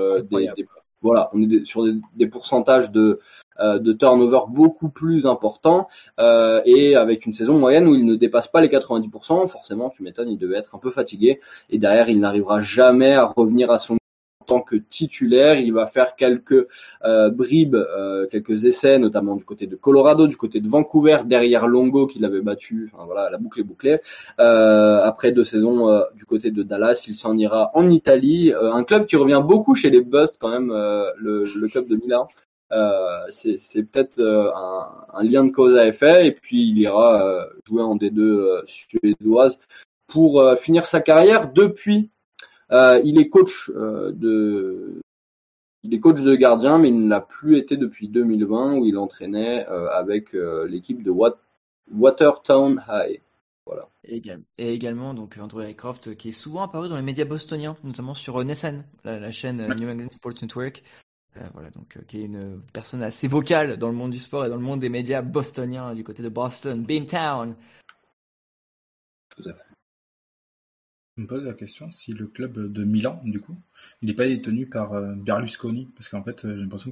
des pourcentages de turnover beaucoup plus importants et avec une saison moyenne où il ne dépasse pas les 90%, forcément tu m'étonnes, il devait être un peu fatigué et derrière il n'arrivera jamais à revenir à son en tant que titulaire. Il va faire quelques bribes, quelques essais, notamment du côté de Colorado, du côté de Vancouver, derrière Longo qui l'avait battu. Enfin, voilà, la boucle est bouclée. Après 2 saisons du côté de Dallas, il s'en ira en Italie, un club qui revient beaucoup chez les Busts quand même, le club de Milan. C'est peut-être un lien de cause à effet, et puis il ira jouer en D2 suédoise pour finir sa carrière. Depuis, il est coach Il est coach de gardien, mais il ne l'a plus été depuis 2020 où il entraînait avec l'équipe de Watertown High. Voilà. Et également donc Andrew Highcroft qui est souvent apparu dans les médias bostoniens, notamment sur NSN, la chaîne New England Sports Network. Voilà, donc qui est une personne assez vocale dans le monde du sport et dans le monde des médias bostoniens du côté de Boston, Beantown. Tout à fait. Je me pose la question si le club de Milan, du coup, il n'est pas détenu par Berlusconi, parce qu'en fait, j'ai l'impression que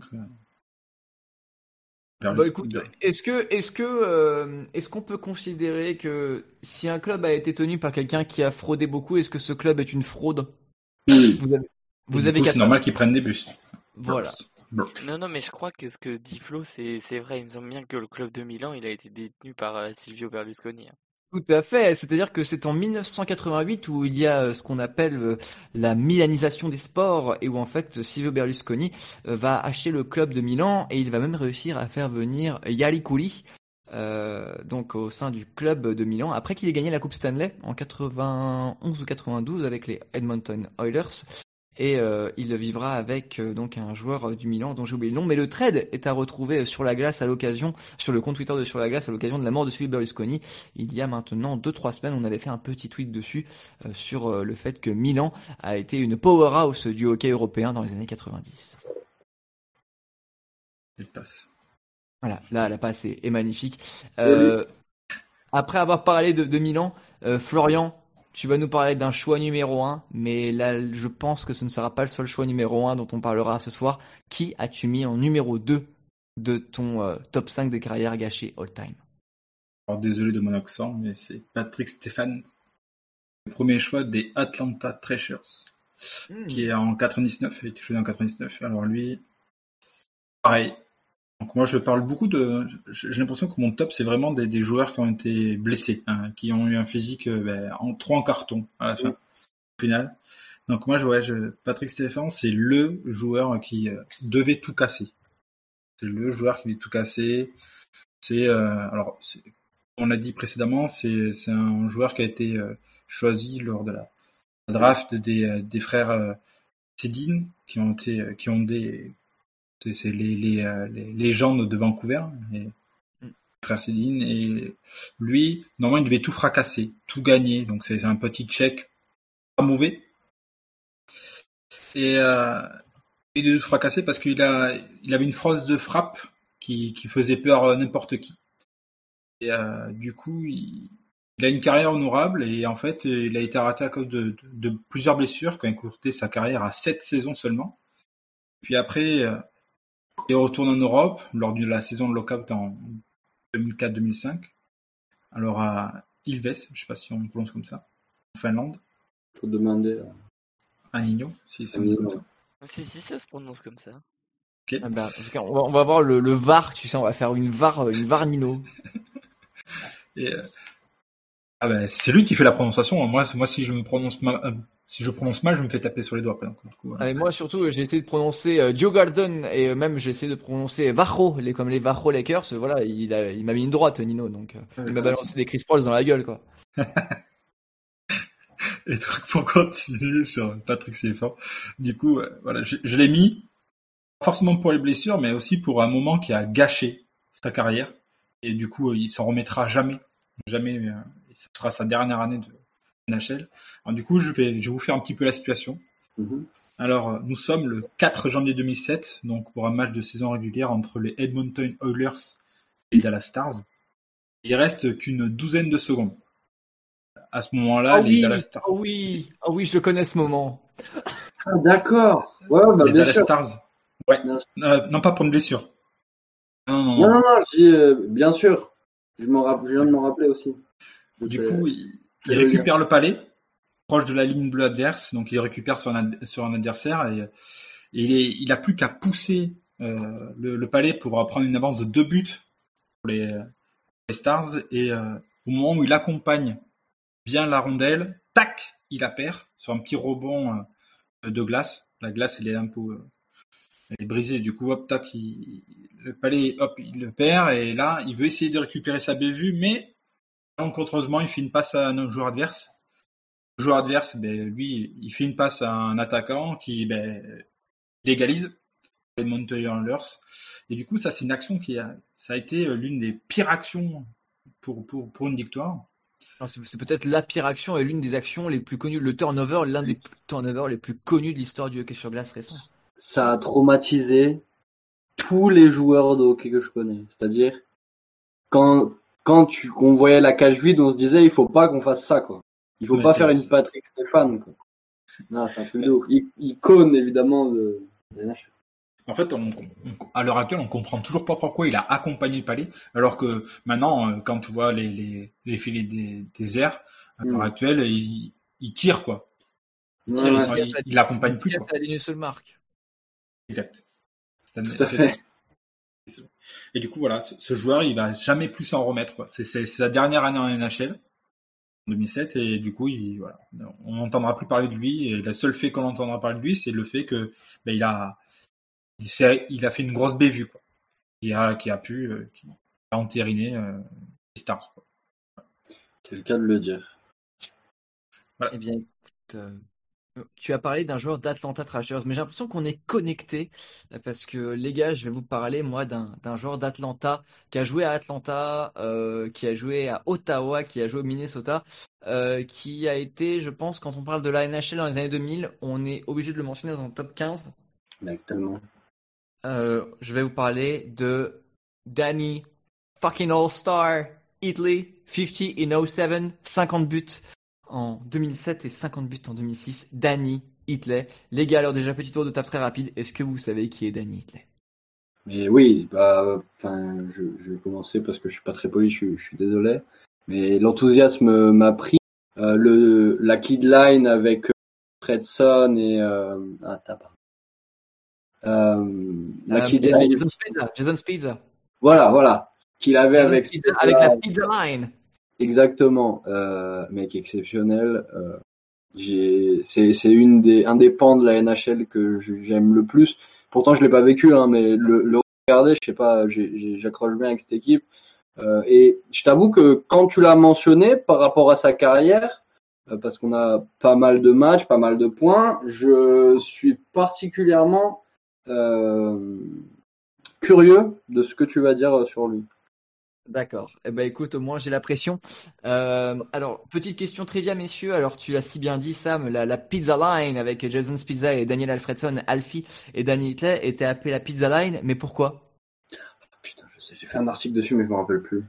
écoute, est-ce qu'on peut considérer que si un club a été tenu par quelqu'un qui a fraudé beaucoup, est-ce que ce club est une fraude? Vous avez c'est normal qu'ils prennent des bustes. Voilà. Non, mais je crois que ce que dit Flo, c'est vrai. Il me semble bien que le club de Milan, il a été détenu par Silvio Berlusconi. Tout à fait, c'est-à-dire que c'est en 1988 où il y a ce qu'on appelle la milanisation des sports et où en fait Silvio Berlusconi va acheter le club de Milan et il va même réussir à faire venir Jari Kurri donc au sein du club de Milan après qu'il ait gagné la Coupe Stanley en 91 ou 92 avec les Edmonton Oilers. Et il vivra avec donc un joueur du Milan dont j'ai oublié le nom, mais le trade est à retrouver sur la glace à l'occasion, sur le compte Twitter de Sur la glace à l'occasion de la mort de Silvio Berlusconi. Il y a maintenant 2-3 semaines, on avait fait un petit tweet dessus sur le fait que Milan a été une powerhouse du hockey européen dans les années 90. Il passe. Voilà, là la passe est magnifique. Après avoir parlé de Milan, Florian, tu vas nous parler d'un choix numéro 1, mais là, je pense que ce ne sera pas le seul choix numéro 1 dont on parlera ce soir. Qui as-tu mis en numéro 2 de ton top 5 des carrières gâchées all-time? Alors, désolé de mon accent, mais c'est Patrick Stéphane, le premier choix des Atlanta Thrashers, qui est en 99, il a été choisi en 99. Alors lui, pareil. Donc moi, je parle beaucoup j'ai l'impression que mon top, c'est vraiment des joueurs qui ont été blessés, hein, qui ont eu un physique trop en carton à la fin, au final. Donc moi, Patrick Stéphane, c'est le joueur qui devait tout casser. C'est le joueur qui devait tout casser. On l'a dit précédemment, c'est un joueur qui a été choisi lors de la draft des frères Sedin, c'est les légendes de Vancouver, les frères Sedin, et lui, normalement, il devait tout fracasser, tout gagner, donc c'est un petit tchèque pas mauvais, et il devait tout fracasser parce il avait une phrase de frappe qui faisait peur à n'importe qui. Et du coup, il a une carrière honorable, et en fait, il a été arrêté à cause de plusieurs blessures qui ont écourté sa carrière à 7 saisons seulement. Puis après, il retourne en Europe lors de la saison de lockout en 2004-2005. Alors à Ilves, je ne sais pas si on prononce comme ça, en Finlande. Il faut demander à Nino, si ça se dit comme ça. Si, ça se prononce comme ça. Okay. Ah bah, en tout cas, on va voir le VAR, tu sais, on va faire une VAR Nino. Et, c'est lui qui fait la prononciation. Moi si je prononce mal, je me fais taper sur les doigts. Donc, du coup, Et moi surtout, j'ai essayé de prononcer Diogarden et même j'ai essayé de prononcer Vajo, comme les Vajo Lakers. Voilà, il m'a mis une droite, Nino, donc il m'a balancé des Chris Paul dans la gueule, quoi. Et donc pour continuer sur Patrick Stéphane, du coup, voilà, je l'ai mis forcément pour les blessures, mais aussi pour un moment qui a gâché sa carrière. Et du coup, il s'en remettra jamais. Ce sera sa dernière année de NHL. Alors du coup, je vais vous faire un petit peu la situation. Alors, nous sommes le 4 janvier 2007, donc pour un match de saison régulière entre les Edmonton Oilers et Dallas Stars. Il reste qu'une douzaine de secondes. À ce moment-là, les Dallas Stars. Oh oui, je connais ce moment. Ah, d'accord. Ouais, les Dallas Stars. Ouais. Non, pas pour une blessure. Non, je dis bien sûr. Je viens de m'en rappeler aussi. Du coup, il récupère le palais, proche de la ligne bleue adverse, donc il récupère sur un adversaire et il a plus qu'à pousser le palais pour prendre une avance de 2 buts pour les Stars, et au moment où il accompagne bien la rondelle, tac, il la perd sur un petit rebond de glace. La glace, elle est un peu elle est brisée, du coup, hop, tac, le palais, hop, il le perd, et là, il veut essayer de récupérer sa bévue, mais malencontreusement, il fait une passe à un joueur adverse. Le joueur adverse, lui, il fait une passe à un attaquant qui, il égalise. les Edmonton Oilers. Et du coup, ça, c'est une action ça a été l'une des pires actions pour une victoire. Alors, c'est peut-être la pire action et l'une des actions les plus connues, le turnover, l'un des turnovers les plus connus de l'histoire du hockey sur glace récent. Ça a traumatisé tous les joueurs de hockey que je connais. C'est-à-dire, quand on voyait la cage vide, on se disait, il faut pas qu'on fasse ça, quoi. Il faut pas faire une Patrick Stéphane, quoi. Non, c'est un truc de ouf. Icône, évidemment, de NHL. En fait, à l'heure actuelle, on comprend toujours pas pourquoi il a accompagné le palais, alors que maintenant, quand tu vois les filets des airs, à l'heure actuelle, il tire, quoi. Il l'accompagne plus, quoi. C'est la ligne seule marque. Exact. Et du coup, voilà, ce joueur, il va jamais plus s'en remettre, quoi. C'est sa dernière année en NHL, en 2007, et du coup, voilà, on n'entendra plus parler de lui, et le seul fait qu'on entendra parler de lui, c'est le fait que, il a fait une grosse bévue, quoi, qui a entériner les Stars, quoi. C'est le cas de le dire. Voilà. Eh bien, écoute, tu as parlé d'un joueur d'Atlanta Thrashers, mais j'ai l'impression qu'on est connectés parce que les gars, je vais vous parler moi d'un joueur d'Atlanta qui a joué à Atlanta, qui a joué à Ottawa, qui a joué au Minnesota, qui a été, je pense, quand on parle de la NHL dans les années 2000, on est obligé de le mentionner dans un top 15. Exactement. Je vais vous parler de Danny fucking All-Star Italy, 50 in 07, 50 buts en 2007 et 50 buts en 2006. Danny Hitley. Les gars, alors déjà petit tour de table très rapide. Est-ce que vous savez qui est Danny Hitley? Mais oui, je vais commencer parce que je suis pas très poli, je suis désolé. Mais l'enthousiasme m'a pris. La kid line avec Fredson et Jason Spezza. Voilà, qu'il avait Jason avec Spezza, avec la pizza line. Exactement, mec exceptionnel. C'est un des pans de la NHL que j'aime le plus. Pourtant, je l'ai pas vécu, hein, mais le regarder, je sais pas, j'accroche bien avec cette équipe. Et je t'avoue que quand tu l'as mentionné par rapport à sa carrière, parce qu'on a pas mal de matchs, pas mal de points, je suis particulièrement curieux de ce que tu vas dire sur lui. D'accord. Eh ben écoute, au moins j'ai la pression. Alors, petite question trivia, messieurs. Alors, tu l'as si bien dit, Sam, la pizza line avec Jason Spezza et Daniel Alfredson, Alfie et Danny Hitley était appelée la pizza line, mais pourquoi? Putain, je sais, j'ai fait un article dessus, mais je me rappelle plus.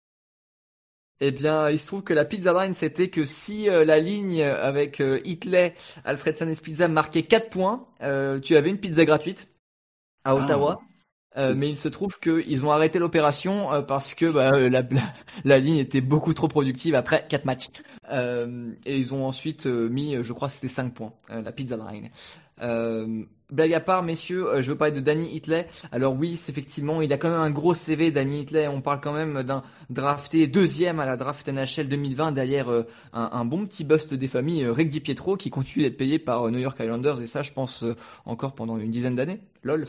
Eh bien, il se trouve que la pizza line, c'était que si la ligne avec Hitley, Alfredson et Spezza marquait 4 points, tu avais une pizza gratuite à Ottawa. Mais il se trouve qu'ils ont arrêté l'opération parce que la ligne était beaucoup trop productive après 4 matchs. Et ils ont ensuite mis, je crois que c'était 5 points, la pizza line. Blague à part, messieurs, je veux parler de Danny Hitley. Alors oui, c'est effectivement, il a quand même un gros CV, Danny Hitley. On parle quand même d'un drafté deuxième à la draft NHL 2020 derrière un bon petit bust des familles, Rick DiPietro, qui continue d'être payé par New York Islanders, et ça, je pense, encore pendant une dizaine d'années. Lol.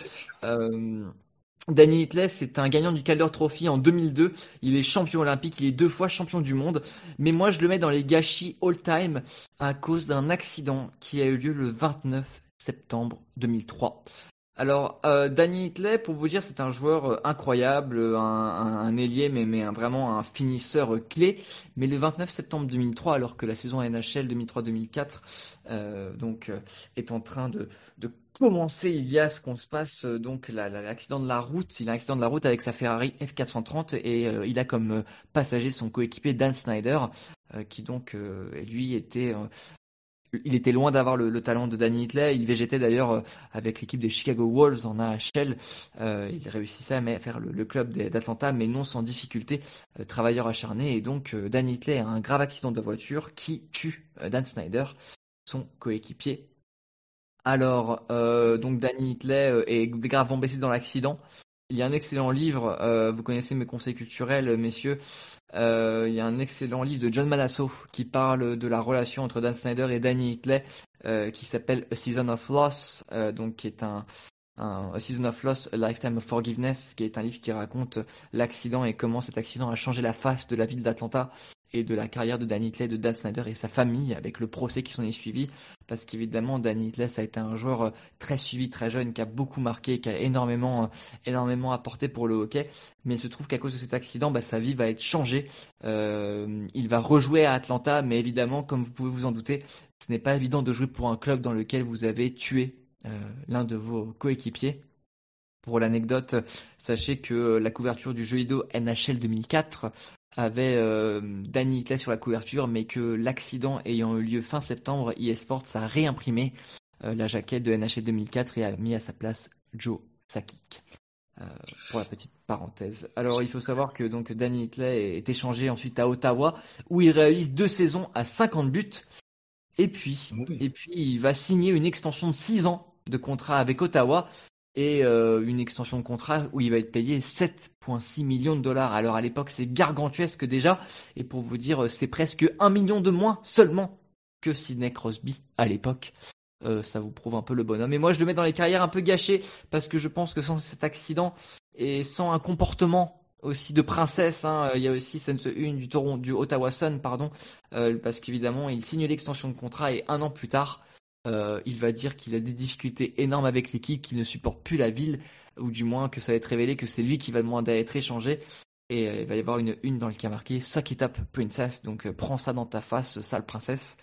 Danny Hitley, c'est un gagnant du Calder Trophy en 2002. Il est champion olympique, il est 2 fois champion du monde. Mais moi, je le mets dans les gâchis all-time à cause d'un accident qui a eu lieu le 29 septembre 2003. Alors, Danny Hitley, pour vous dire, c'est un joueur incroyable, un ailier, mais vraiment un finisseur clé. Mais le 29 septembre 2003, alors que la saison NHL 2003-2004 est en train de commencer, il y a ce qu'on se passe, donc l'accident de la route. Il a un accident de la route avec sa Ferrari F430 et il a comme passager son coéquipier Dan Snyder, qui donc, lui, il était loin d'avoir le talent de Danny Hitley. Il végétait d'ailleurs avec l'équipe des Chicago Wolves en AHL. Il réussissait à faire le club d'Atlanta, mais non sans difficulté. Travailleur acharné. Et donc, Danny Hitley a un grave accident de voiture qui tue Dan Snyder, son coéquipier. Alors, donc Danny Hitley est gravement blessé dans l'accident. Il y a un excellent livre, vous connaissez mes conseils culturels, messieurs. Il y a un excellent livre de John Manasso qui parle de la relation entre Dan Snyder et Danny Hitley, qui s'appelle A Season of Loss, donc qui est A Season of Loss, A Lifetime of Forgiveness, qui est un livre qui raconte l'accident et comment cet accident a changé la face de la ville d'Atlanta et de la carrière de Danny Hitley, de Dan Snyder et sa famille, avec le procès qui s'en est suivi, parce qu'évidemment Danny Hitley, ça a été un joueur très suivi, très jeune, qui a beaucoup marqué, qui a énormément apporté pour le hockey, mais il se trouve qu'à cause de cet accident, sa vie va être changée. Il va rejouer à Atlanta, mais évidemment, comme vous pouvez vous en douter, ce n'est pas évident de jouer pour un club dans lequel vous avez tué l'un de vos coéquipiers. Pour l'anecdote, sachez que la couverture du jeu vidéo NHL 2004 avait Danny Hitley sur la couverture, mais que l'accident ayant eu lieu fin septembre, eSports a réimprimé la jaquette de NHL 2004 et a mis à sa place Joe Sakic. Pour la petite parenthèse. Alors il faut savoir que donc Danny Hitley est échangé ensuite à Ottawa, où il réalise 2 saisons à 50 buts. Et puis il va signer une extension de 6 ans de contrat avec Ottawa. Et une extension de contrat où il va être payé 7,6 millions de dollars. Alors à l'époque, c'est gargantuesque déjà. Et pour vous dire, c'est presque 1 million de moins seulement que Sidney Crosby à l'époque. Ça vous prouve un peu le bonhomme. Et moi, je le mets dans les carrières un peu gâchées parce que je pense que sans cet accident et sans un comportement aussi de princesse, il y a aussi cette une du Ottawa Sun, parce qu'évidemment, il signe l'extension de contrat et 1 an plus tard, il va dire qu'il a des difficultés énormes avec l'équipe, qu'il ne supporte plus la ville, ou du moins que ça va être révélé que c'est lui qui va demander à être échangé. Et il va y avoir une dans le cas marqué Suck it up, princess. Donc prends ça dans ta face, sale princesse.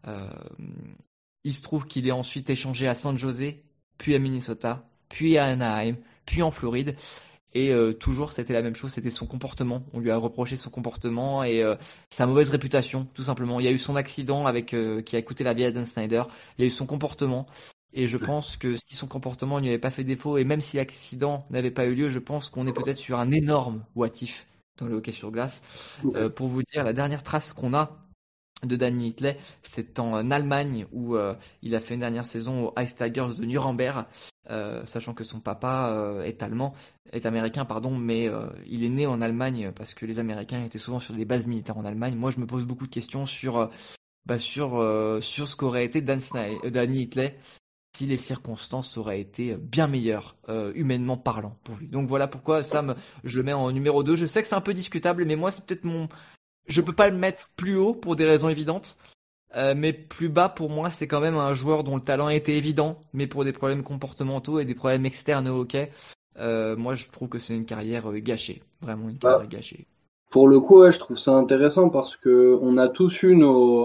Il se trouve qu'il est ensuite échangé à San José, puis à Minnesota, puis à Anaheim, puis en Floride. Et toujours, c'était la même chose, c'était son comportement. On lui a reproché son comportement et sa mauvaise réputation, tout simplement. Il y a eu son accident qui a coûté la vie à Dan Snyder. Il y a eu son comportement. Et je pense que si son comportement n'y avait pas fait défaut, et même si l'accident n'avait pas eu lieu, je pense qu'on est peut-être sur un énorme what if dans le hockey sur glace. Pour vous dire, la dernière trace qu'on a de Danny Hitley, c'est en Allemagne où il a fait une dernière saison aux Ice Tigers de Nuremberg, sachant que son papa est américain, mais il est né en Allemagne parce que les Américains étaient souvent sur des bases militaires en Allemagne. Moi, je me pose beaucoup de questions sur ce qu'aurait été Danny Hitley si les circonstances auraient été bien meilleures, humainement parlant, pour lui. Donc voilà pourquoi Sam, je le mets en numéro 2. Je sais que c'est un peu discutable, mais moi, c'est peut-être je peux pas le mettre plus haut pour des raisons évidentes, mais plus bas pour moi, c'est quand même un joueur dont le talent était évident, mais pour des problèmes comportementaux et des problèmes externes au hockey, moi je trouve que c'est une carrière gâchée, vraiment une carrière gâchée. Pour le coup, je trouve ça intéressant parce que on a tous eu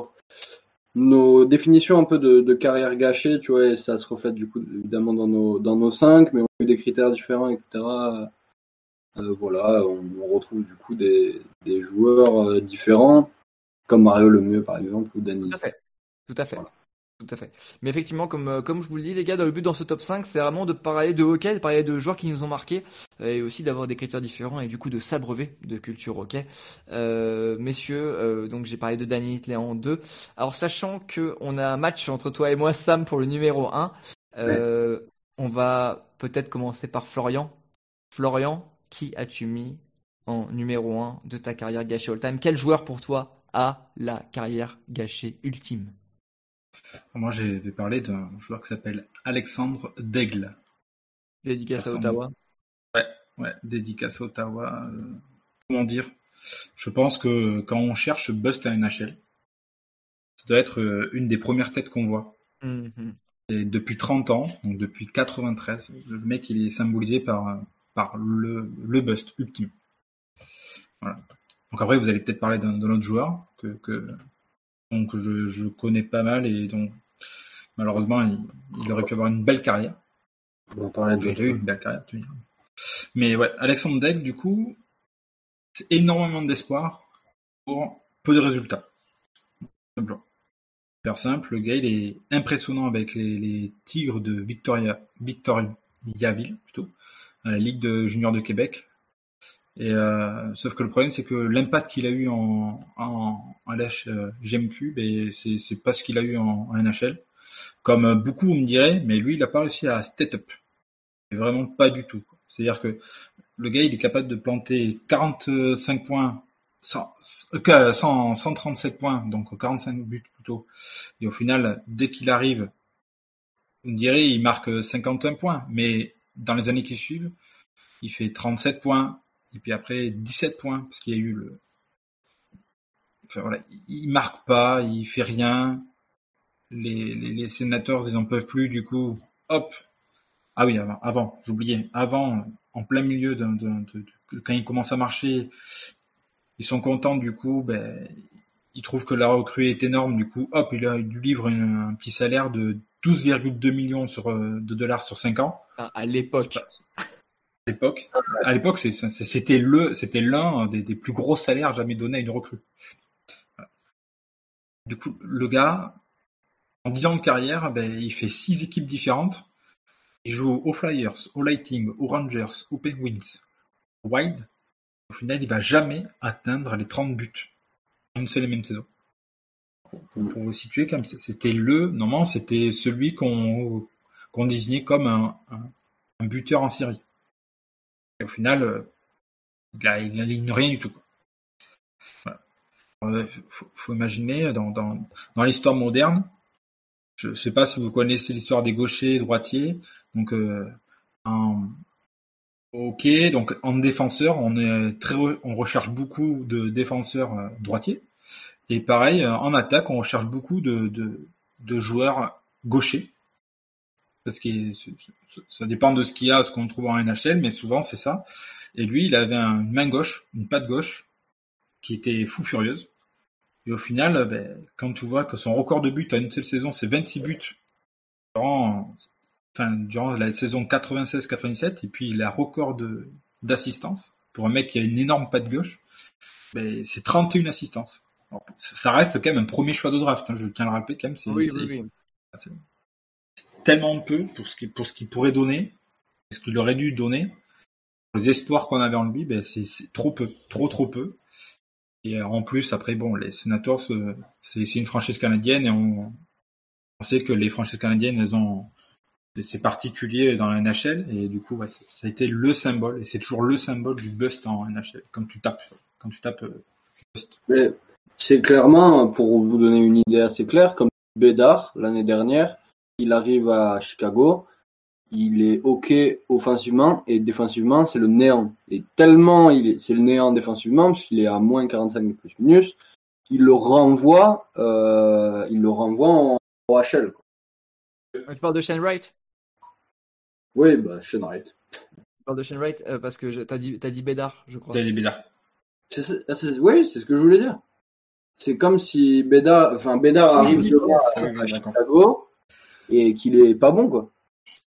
nos définitions un peu de carrière gâchée, tu vois, et ça se reflète du coup évidemment dans nos 5, mais on a eu des critères différents, etc. Voilà, on retrouve du coup des joueurs différents, comme Mario Lemieux par exemple, ou Danny. Tout à fait. Voilà. Tout à fait. Mais effectivement, comme je vous le dis, les gars, le but dans ce top 5, c'est vraiment de parler de hockey, de parler de joueurs qui nous ont marqués, et aussi d'avoir des critères différents, et du coup de s'abreuver de culture hockey. Messieurs, donc j'ai parlé de Danny Hitley en 2. Alors sachant qu'on a un match entre toi et moi, Sam, pour le numéro 1, on va peut-être commencer par Florian. Florian, qui as-tu mis en numéro 1 de ta carrière gâchée all-time? Quel joueur pour toi a la carrière gâchée ultime? Moi, je vais parler d'un joueur qui s'appelle Alexandre Daigle. Dédicace à Ottawa. Ouais, dédicace à Ottawa. Comment dire? Je pense que quand on cherche Bust à NHL, ça doit être une des premières têtes qu'on voit. Mm-hmm. Et depuis 30 ans, donc depuis 93, le mec, il est symbolisé par le Bust ultime. Voilà. Donc après, vous allez peut-être parler d'un autre joueur que je connais pas mal et donc malheureusement il aurait pu avoir une belle carrière. On va parler il a eu une belle carrière, tu dis. Mais ouais, Alexandre Daigle, du coup, c'est énormément d'espoir pour peu de résultats. Super simple, le gars il est impressionnant avec les Tigres de Victoriaville plutôt, la Ligue de juniors de Québec. Et sauf que le problème c'est que l'impact qu'il a eu en LH GMQ, c'est pas ce qu'il a eu en NHL. Comme beaucoup vous me direz, mais lui il a pas réussi à step up. Et vraiment pas du tout. C'est-à-dire que le gars il est capable de planter 45 points, 137 points, donc 45 buts plutôt. Et au final, dès qu'il arrive, vous me direz, il marque 51 points. Mais dans les années qui suivent, il fait 37 points. Et puis après, 17 points, parce qu'il y a eu enfin voilà, il marque pas, il fait rien. Les Senators, ils en peuvent plus, du coup, hop. Ah oui, avant, j'oubliais. Avant, en plein milieu quand il commence à marcher, ils sont contents, du coup, ils trouvent que la recrue est énorme, du coup, hop, il lui livre un petit salaire de 12,2 millions de dollars sur 5 ans. À l'époque. À l'époque, c'était l'un des plus gros salaires jamais donnés à une recrue. Du coup, le gars, en 10 ans de carrière, il fait 6 équipes différentes. Il joue aux Flyers, aux Lightning, aux Rangers, aux Penguins, aux Wild. Au final, il va jamais atteindre les 30 buts en une seule et même saison. Pour vous situer, comme normalement, c'était celui qu'on désignait comme un buteur en série. Et au final, il n'aligne rien du tout. Voilà. Faut imaginer dans l'histoire moderne. Je ne sais pas si vous connaissez l'histoire des gauchers et droitiers. Donc, donc en défenseur, on recherche beaucoup de défenseurs droitiers. Et pareil, en attaque, on recherche beaucoup de joueurs gauchers. Parce que ça dépend de ce qu'on trouve en NHL, mais souvent c'est ça. Et lui, il avait une main gauche, une patte gauche, qui était fou furieuse. Et au final, quand tu vois que son record de buts à une seule saison, c'est 26 buts durant la saison 96-97, et puis il a record d'assistance pour un mec qui a une énorme patte gauche, c'est 31 assistances. Alors, ça reste quand même un premier choix de draft, hein, je tiens à le rappeler quand même. C'est tellement peu pour ce qu'il pourrait donner, ce qu'il aurait dû donner. Pour les espoirs qu'on avait en lui, c'est trop peu, trop peu. Et en plus, après, les Senators, c'est une franchise canadienne, et on sait que les franchises canadiennes, c'est particulier dans la NHL, et du coup, ça a été le symbole, et c'est toujours le symbole du bust en NHL, quand tu tapes bust. Mais c'est clairement, pour vous donner une idée assez claire, comme Bédard, l'année dernière, il arrive à Chicago, il est OK offensivement, et défensivement, c'est le néant. Et tellement c'est le néant défensivement, parce qu'il est à moins 45 de plus minus, il le renvoie en OHL. Tu parles de Shane Wright? Oui, Shane Wright. Tu parles de Shane Wright parce que t'as dit Bédard, je crois. T'as dit Bédard. Oui, c'est ce que je voulais dire. C'est comme si Bédard arrive à Chicago et qu'il est pas bon, quoi.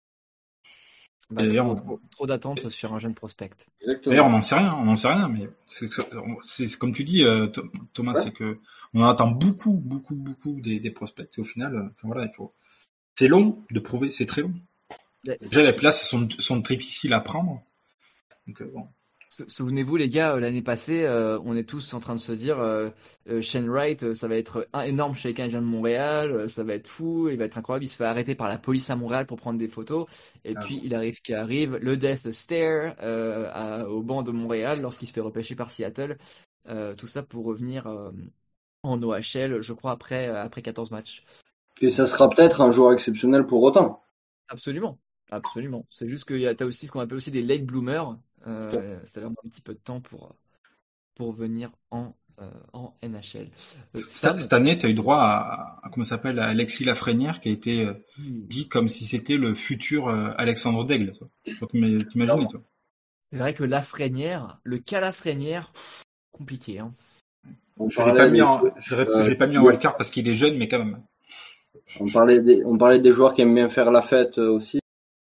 Trop d'attentes sur un jeune prospect. Exactement. D'ailleurs, on n'en sait rien, mais c'est comme tu dis, Thomas, c'est que on en attend beaucoup des prospects. Et au final, c'est long de prouver, c'est très long. Déjà, les places sont difficiles à prendre. Donc, Souvenez-vous, les gars, l'année passée, on est tous en train de se dire Shane Wright, ça va être énorme chez les Canadiens de Montréal, ça va être fou, il va être incroyable, il se fait arrêter par la police à Montréal pour prendre des photos, et puis il arrive le Death Stare au banc de Montréal lorsqu'il se fait repêcher par Seattle, tout ça pour revenir en OHL, je crois, après 14 matchs. Et ça sera peut-être un joueur exceptionnel pour autant. Absolument. C'est juste que t'as aussi ce qu'on appelle aussi des late bloomers. Ça leur met un petit peu de temps pour venir en NHL. Cette année, tu as eu droit à comment s'appelle, Alexis Lafrenière, qui a été dit comme si c'était le futur Alexandre Daigle. T'imagines, toi. C'est vrai que Lafrenière, le cas Lafrenière, compliqué. Hein. Je l'ai pas mis en wildcard parce qu'il est jeune, mais quand même. On parlait des joueurs qui aiment bien faire la fête aussi.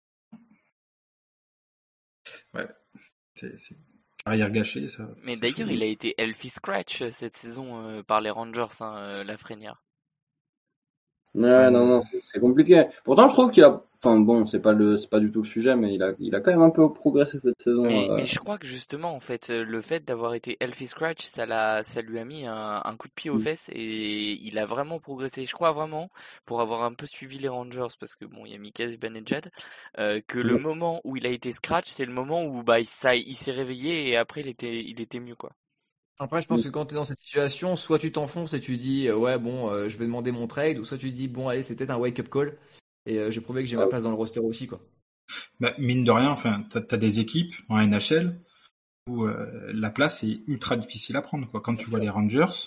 Ouais, c'est carrière gâchée, ça. Mais d'ailleurs, il a été healthy scratch cette saison par les Rangers, Lafrenière. Ouais, non, c'est compliqué. Pourtant, je trouve qu'il a, c'est pas du tout le sujet, mais il a quand même un peu progressé cette saison. Mais je crois que justement, en fait, le fait d'avoir été healthy scratch, ça lui a mis un coup de pied aux fesses et il a vraiment progressé. Je crois vraiment, pour avoir un peu suivi les Rangers, parce que il y a Mika Zibanejad, que le moment où il a été scratch, c'est le moment où il s'est réveillé et après il était mieux, quoi. Après, je pense que quand tu es dans cette situation, soit tu t'enfonces et tu dis je vais demander mon trade, ou soit tu dis allez, c'est peut-être un wake-up call et j'ai prouvé que j'ai ma place dans le roster aussi, quoi. Mine de rien, t'as des équipes en NHL où la place est ultra difficile à prendre, quoi. Quand tu vois les Rangers,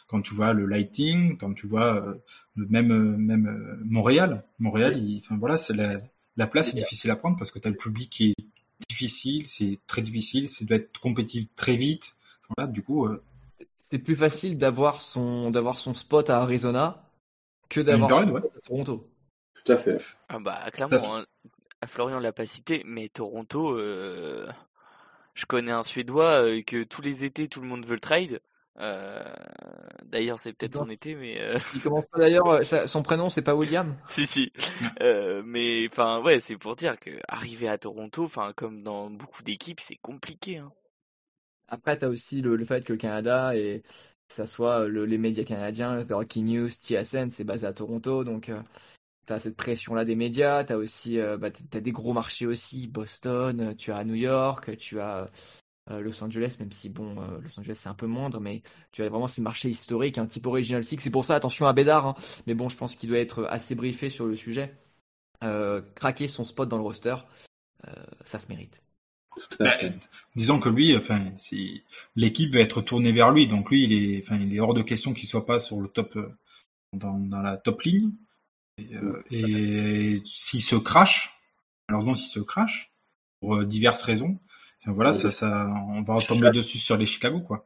quand tu vois le Lightning, quand tu vois même Montréal, c'est la place est difficile à prendre parce que t'as le public qui est difficile, c'est très difficile, ça doit être compétitif très vite. Voilà, du coup, C'est plus facile d'avoir son spot à Arizona que une d'avoir son période, spot à Toronto. Tout à fait. Ah bah clairement, hein. Florian l'a pas cité, mais Toronto, je connais un Suédois que tous les étés tout le monde veut le trade. D'ailleurs c'est peut-être son été, mais Il commence pas d'ailleurs, son prénom c'est pas William. si. Mais enfin ouais, c'est pour dire que arriver à Toronto, enfin comme dans beaucoup d'équipes, c'est compliqué. Hein. Après, t'as aussi le fait que le Canada et que ça soit les médias canadiens, The Hockey News, TSN, c'est basé à Toronto, donc t'as cette pression-là des médias. T'as aussi, t'as des gros marchés aussi, Boston, tu as New York, tu as Los Angeles, même si bon, Los Angeles c'est un peu moindre, mais tu as vraiment ces marchés historiques, un type Original Six. C'est pour ça, attention à Bédard, hein, mais bon, je pense qu'il doit être assez briefé sur le sujet. Craquer son spot dans le roster, ça se mérite. Disons que lui, l'équipe va être tournée vers lui, donc lui, il est hors de question qu'il soit pas sur le top, dans la top ligne. Et s'il se crache, malheureusement, pour diverses raisons, voilà, on va retomber dessus sur les Chicago, quoi.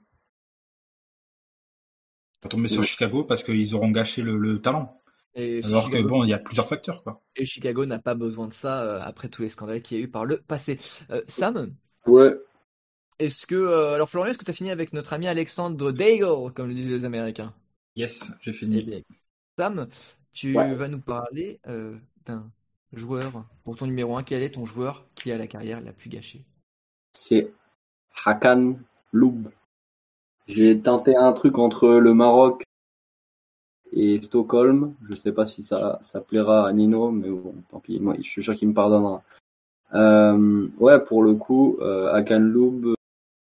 On va tomber sur Chicago parce qu'ils auront gâché le talent. Alors que bon, il y a plusieurs facteurs, quoi. Et Chicago n'a pas besoin de ça après tous les scandales qu'il y a eu par le passé. Sam? Ouais. Est-ce que alors Florian, est-ce que tu as fini avec notre ami Alexandre Daigle, comme le disaient les Américains? Yes, j'ai fini. Eh bien, Sam, tu vas nous parler d'un joueur pour ton numéro 1. Quel est ton joueur qui a la carrière la plus gâchée? C'est Hakan Loob. J'ai tenté un truc entre le Maroc et Stockholm. Je sais pas si ça plaira à Nino, mais bon, tant pis. Moi, je suis sûr qu'il me pardonnera. Pour le coup, Hakan Loob,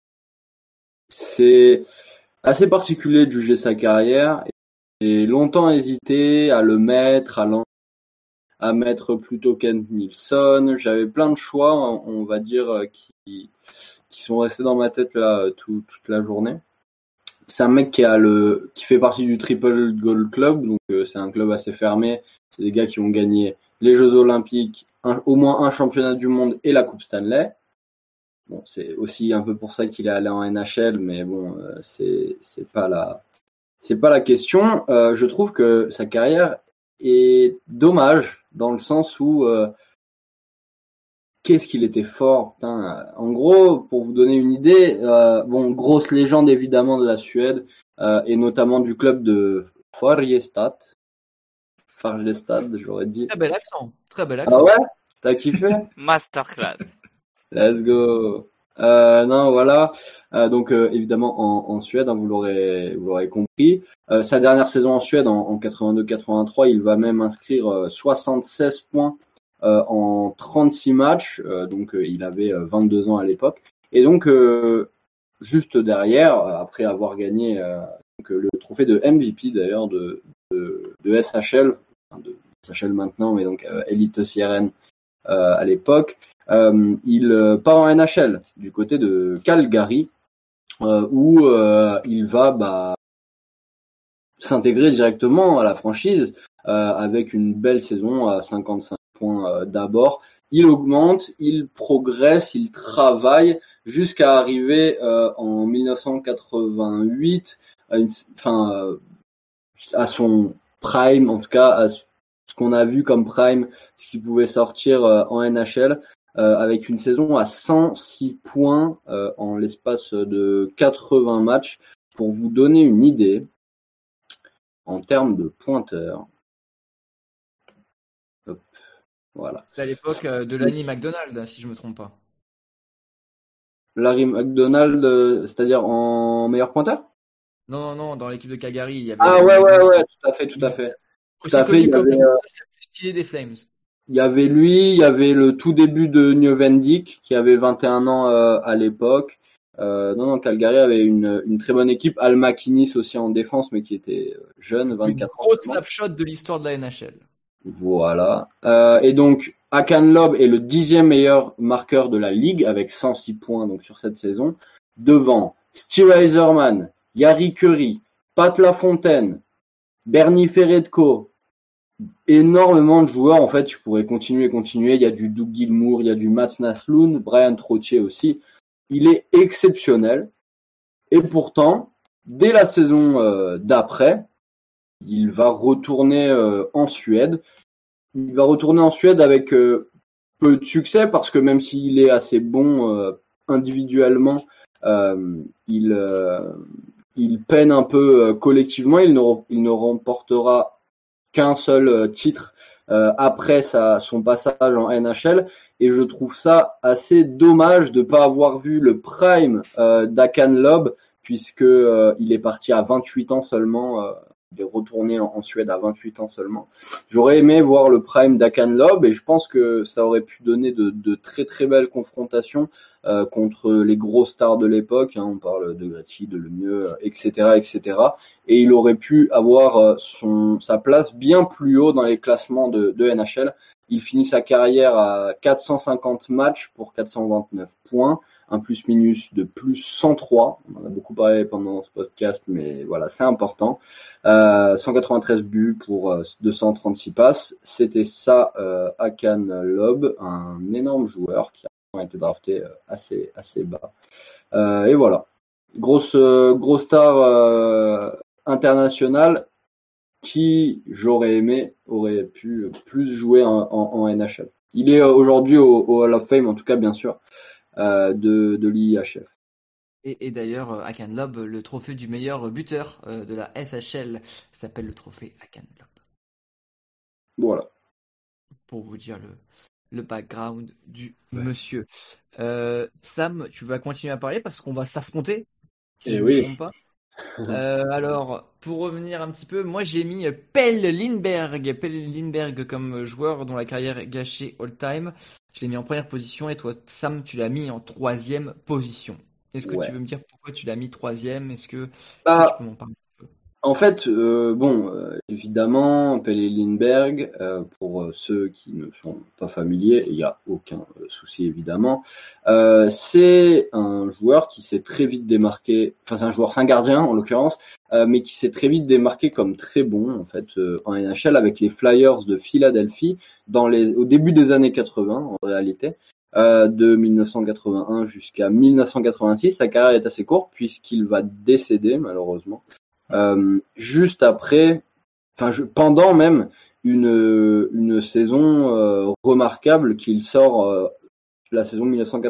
c'est assez particulier de juger sa carrière. J'ai longtemps hésité à le mettre, à mettre plutôt Kent Nilsson. J'avais plein de choix, on va dire, qui sont restés dans ma tête là toute la journée. C'est un mec qui fait partie du Triple Gold Club, donc c'est un club assez fermé. C'est des gars qui ont gagné les Jeux Olympiques, au moins un championnat du monde et la Coupe Stanley. Bon, c'est aussi un peu pour ça qu'il est allé en NHL, mais bon, c'est pas la question. Je trouve que sa carrière est dommage dans le sens où qu'est-ce qu'il était fort. Putain. En gros, pour vous donner une idée, grosse légende évidemment de la Suède et notamment du club de Färjestad, j'aurais dit. Très bel accent. Ah ouais? T'as kiffé? Masterclass. Let's go. Non, voilà. Donc évidemment en Suède, hein, vous l'aurez compris. Sa dernière saison en Suède, en 82-83, il va même inscrire 76 points en 36 matchs. Donc il avait 22 ans à l'époque. Et donc juste derrière, après avoir gagné le trophée de MVP d'ailleurs de SHL, de SHL maintenant, mais donc Elite CRN à l'époque. Il part en NHL du côté de Calgary où il va s'intégrer directement à la franchise avec une belle saison à 55 points d'abord. Il augmente, il progresse, il travaille jusqu'à arriver en 1988 à son prime, en tout cas à ce qu'on a vu comme prime, ce qui pouvait sortir en NHL. Avec une saison à 106 points en l'espace de 80 matchs. Pour vous donner une idée, en termes de pointeurs, voilà. C'est à l'époque de Lanny McDonald, si je me trompe pas. Larry McDonald, c'est-à-dire en meilleur pointeur? Non, dans l'équipe de Calgary, il y avait... Ah ouais, tout à fait. Tout à fait, il y avait... stylé des Flames. Il y avait lui, il y avait le tout début de Njøvendik qui avait 21 ans à l'époque. Calgary avait une très bonne équipe. Al MacInnis aussi en défense, mais qui était jeune, 24 ans. Gros snapshot de l'histoire de la NHL. Voilà. Et donc, Hakan Loob est le 10e meilleur marqueur de la ligue avec 106 points donc sur cette saison, devant Steve Yzerman, Jari Kurri, Pat Lafontaine, Bernie Ferretco, énormément de joueurs. En fait, je pourrais continuer. Il y a du Doug Gilmour, il y a du Mats Naslund, Brian Trottier aussi. Il est exceptionnel. Et pourtant, dès la saison d'après, il va retourner en Suède. Il va retourner en Suède avec peu de succès parce que même s'il est assez bon individuellement, il peine un peu collectivement. Il ne remportera qu'un seul titre après son passage en NHL. Et je trouve ça assez dommage de pas avoir vu le prime d'Akan Lob, puisque il est parti à 28 ans seulement. Il est retourné en Suède à 28 ans seulement. J'aurais aimé voir le prime d'Akan Lob et je pense que ça aurait pu donner de très très belles confrontations contre les gros stars de l'époque. On parle de Gretzky, de Lemieux, etc., etc. Et il aurait pu avoir sa place bien plus haut dans les classements de NHL. Il finit sa carrière à 450 matchs pour 429 points, un plus-minus de plus 103. On en a beaucoup parlé pendant ce podcast, mais voilà, c'est important. 193 buts pour 236 passes. C'était ça, Akan Lob, un énorme joueur qui a été drafté assez bas. Et voilà, grosse star internationale qui, j'aurais aimé, aurait pu plus jouer en NHL. Il est aujourd'hui au Hall of Fame, en tout cas, bien sûr, de l'IIHF. Et d'ailleurs, Akan Lob, le trophée du meilleur buteur de la SHL s'appelle le trophée Akan Lob. Voilà. Pour vous dire le background du monsieur. Sam, tu vas continuer à parler parce qu'on va s'affronter, si je ne me trompe pas. Alors, pour revenir un petit peu, moi j'ai mis Pelle Lindbergh comme joueur dont la carrière est gâchée all-time. Je l'ai mis en première position et toi, Sam, tu l'as mis en troisième position. Est-ce que tu veux me dire pourquoi tu l'as mis troisième? Est-ce que tu peux m'en parler un peu? En fait, évidemment, Pelle Lindbergh, pour ceux qui ne sont pas familiers, il n'y a aucun souci évidemment, c'est un joueur qui s'est très vite démarqué, enfin c'est un gardien en l'occurrence, mais qui s'est très vite démarqué comme très bon en fait en NHL avec les Flyers de Philadelphie au début des années 80 en réalité. De 1981 jusqu'à 1986, sa carrière est assez courte puisqu'il va décéder malheureusement. Juste après, pendant même une saison remarquable qu'il sort la saison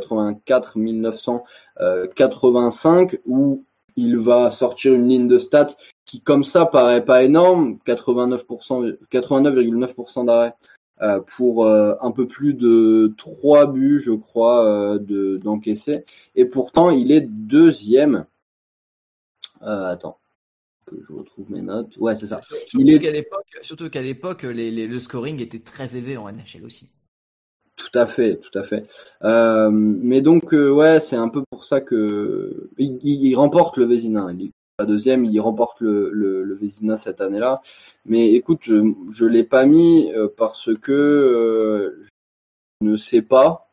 1984-1985 où il va sortir une ligne de stats qui comme ça paraît pas énorme, 89,9% d'arrêt pour un peu plus de 3 buts je crois d'encaisser et pourtant il est deuxième. Attends. Que je retrouve mes notes. Ouais, c'est ça. Surtout qu'à l'époque, le scoring était très élevé en NHL aussi. Tout à fait. Mais donc, ouais, c'est un peu pour ça que il remporte le Vezina. Il est pas deuxième, il remporte le Vezina cette année-là. Mais écoute, je l'ai pas mis parce que je ne sais pas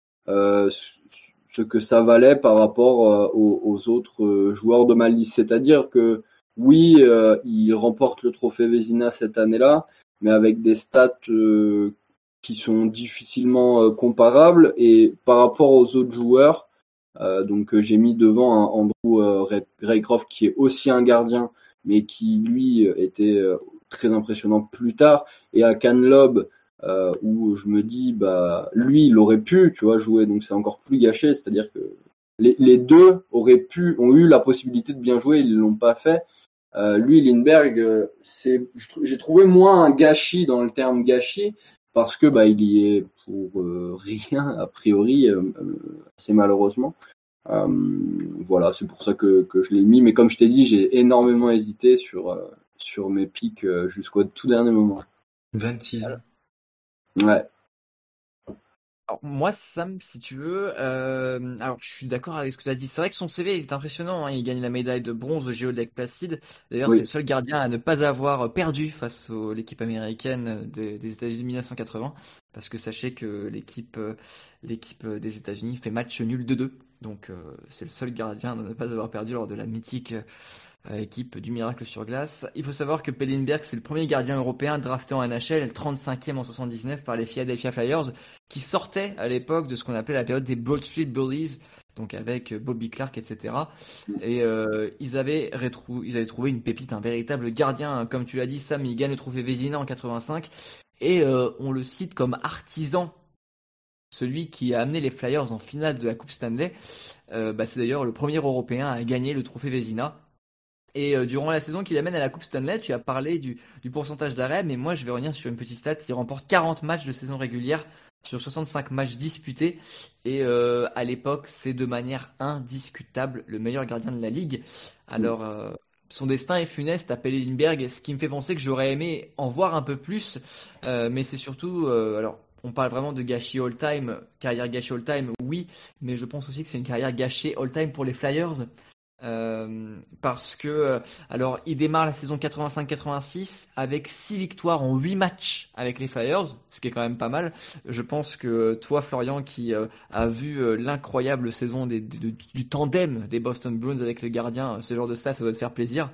ce que ça valait par rapport aux autres joueurs de ma liste. C'est-à-dire que oui, il remporte le trophée Vezina cette année-là, mais avec des stats qui sont difficilement comparables. Et par rapport aux autres joueurs, donc j'ai mis devant Andrew Raycroft, qui est aussi un gardien, mais qui lui était très impressionnant plus tard, et Akan Lob, où je me dis, lui, il aurait pu, tu vois, jouer, donc c'est encore plus gâché, c'est-à-dire que les deux ont eu la possibilité de bien jouer, ils l'ont pas fait. Lui, Lindbergh, j'ai trouvé moins un gâchis dans le terme gâchis parce que il y est pour rien a priori, assez malheureusement. Voilà, c'est pour ça que je l'ai mis. Mais comme je t'ai dit, j'ai énormément hésité sur mes pics jusqu'au tout dernier moment. 26 ans. Ouais. Alors moi, Sam, si tu veux, alors je suis d'accord avec ce que tu as dit. C'est vrai que son CV est impressionnant. Il gagne la médaille de bronze au JO de Lake Placid. D'ailleurs, c'est le seul gardien à ne pas avoir perdu face à l'équipe américaine des États-Unis 1980. Parce que sachez que l'équipe des États-Unis fait match nul 2-2. Donc c'est le seul gardien à ne pas avoir perdu lors de la mythique équipe du miracle sur glace. Il faut savoir que Pellenberg, c'est le premier gardien européen drafté en NHL, 35e en 79 par les Philadelphia Flyers, qui sortait à l'époque de ce qu'on appelait la période des Broad Street Bullies, donc avec Bobby Clark, etc. Et ils avaient trouvé une pépite, un véritable gardien. Comme tu l'as dit, Sam, il gagne le trophée Vezina en 85, et on le cite comme artisan, celui qui a amené les Flyers en finale de la Coupe Stanley. C'est d'ailleurs le premier Européen à gagner le trophée Vezina. Et durant la saison qu'il amène à la Coupe Stanley, tu as parlé du pourcentage d'arrêt, mais moi je vais revenir sur une petite stat. Il remporte 40 matchs de saison régulière sur 65 matchs disputés. Et à l'époque, c'est de manière indiscutable le meilleur gardien de la ligue. Alors, son destin est funeste à Pelle Lindbergh, ce qui me fait penser que j'aurais aimé en voir un peu plus. Mais c'est surtout... alors, on parle vraiment de gâchis all-time, carrière gâchée all-time, oui. Mais je pense aussi que c'est une carrière gâchée all-time pour les Flyers. Parce que alors il démarre la saison 85-86 avec 6 victoires en 8 matchs avec les Flyers, ce qui est quand même pas mal. Je pense que toi Florian qui a vu l'incroyable saison du tandem des Boston Bruins avec le gardien, ce genre de stats ça doit te faire plaisir.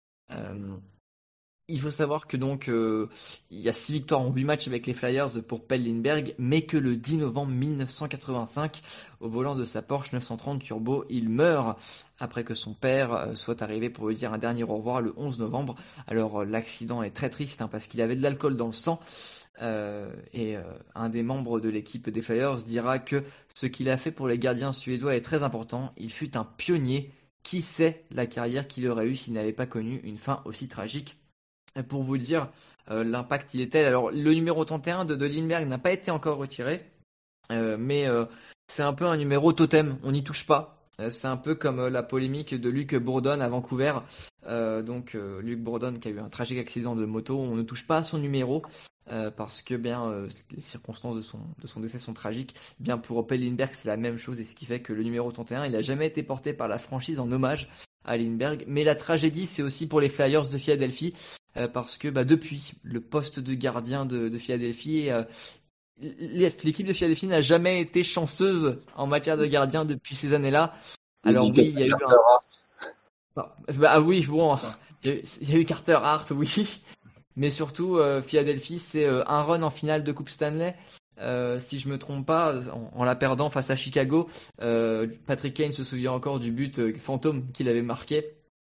Il faut savoir que donc il y a 6 victoires en 8 matchs avec les Flyers pour Pelle Lindbergh, mais que le 10 novembre 1985, au volant de sa Porsche 930 Turbo, il meurt après que son père soit arrivé pour lui dire un dernier au revoir le 11 novembre. Alors l'accident est très triste parce qu'il avait de l'alcool dans le sang. Et un des membres de l'équipe des Flyers dira que ce qu'il a fait pour les gardiens suédois est très important. Il fut un pionnier. Qui sait la carrière qu'il aurait eue s'il n'avait pas connu une fin aussi tragique. Pour vous dire l'impact il est tel. Alors le numéro 31 de Lindbergh n'a pas été encore retiré, mais c'est un peu un numéro totem, on n'y touche pas. C'est un peu comme la polémique de Luc Bourdon à Vancouver. Luc Bourdon qui a eu un tragique accident de moto, on ne touche pas à son numéro parce que les circonstances de son décès sont tragiques. Bien pour Pelle Lindbergh c'est la même chose et ce qui fait que le numéro 31 il n'a jamais été porté par la franchise en hommage à Lindbergh. Mais la tragédie c'est aussi pour les Flyers de Philadelphie. Parce que depuis le poste de gardien de Philadelphie, l'équipe de Philadelphie n'a jamais été chanceuse en matière de gardien depuis ces années-là. Alors oui, il y a eu oui, bon, il y a eu Carter Hart, oui, mais surtout Philadelphie, c'est un run en finale de Coupe Stanley. Si je me trompe pas, en la perdant face à Chicago, Patrick Kane se souvient encore du but fantôme qu'il avait marqué.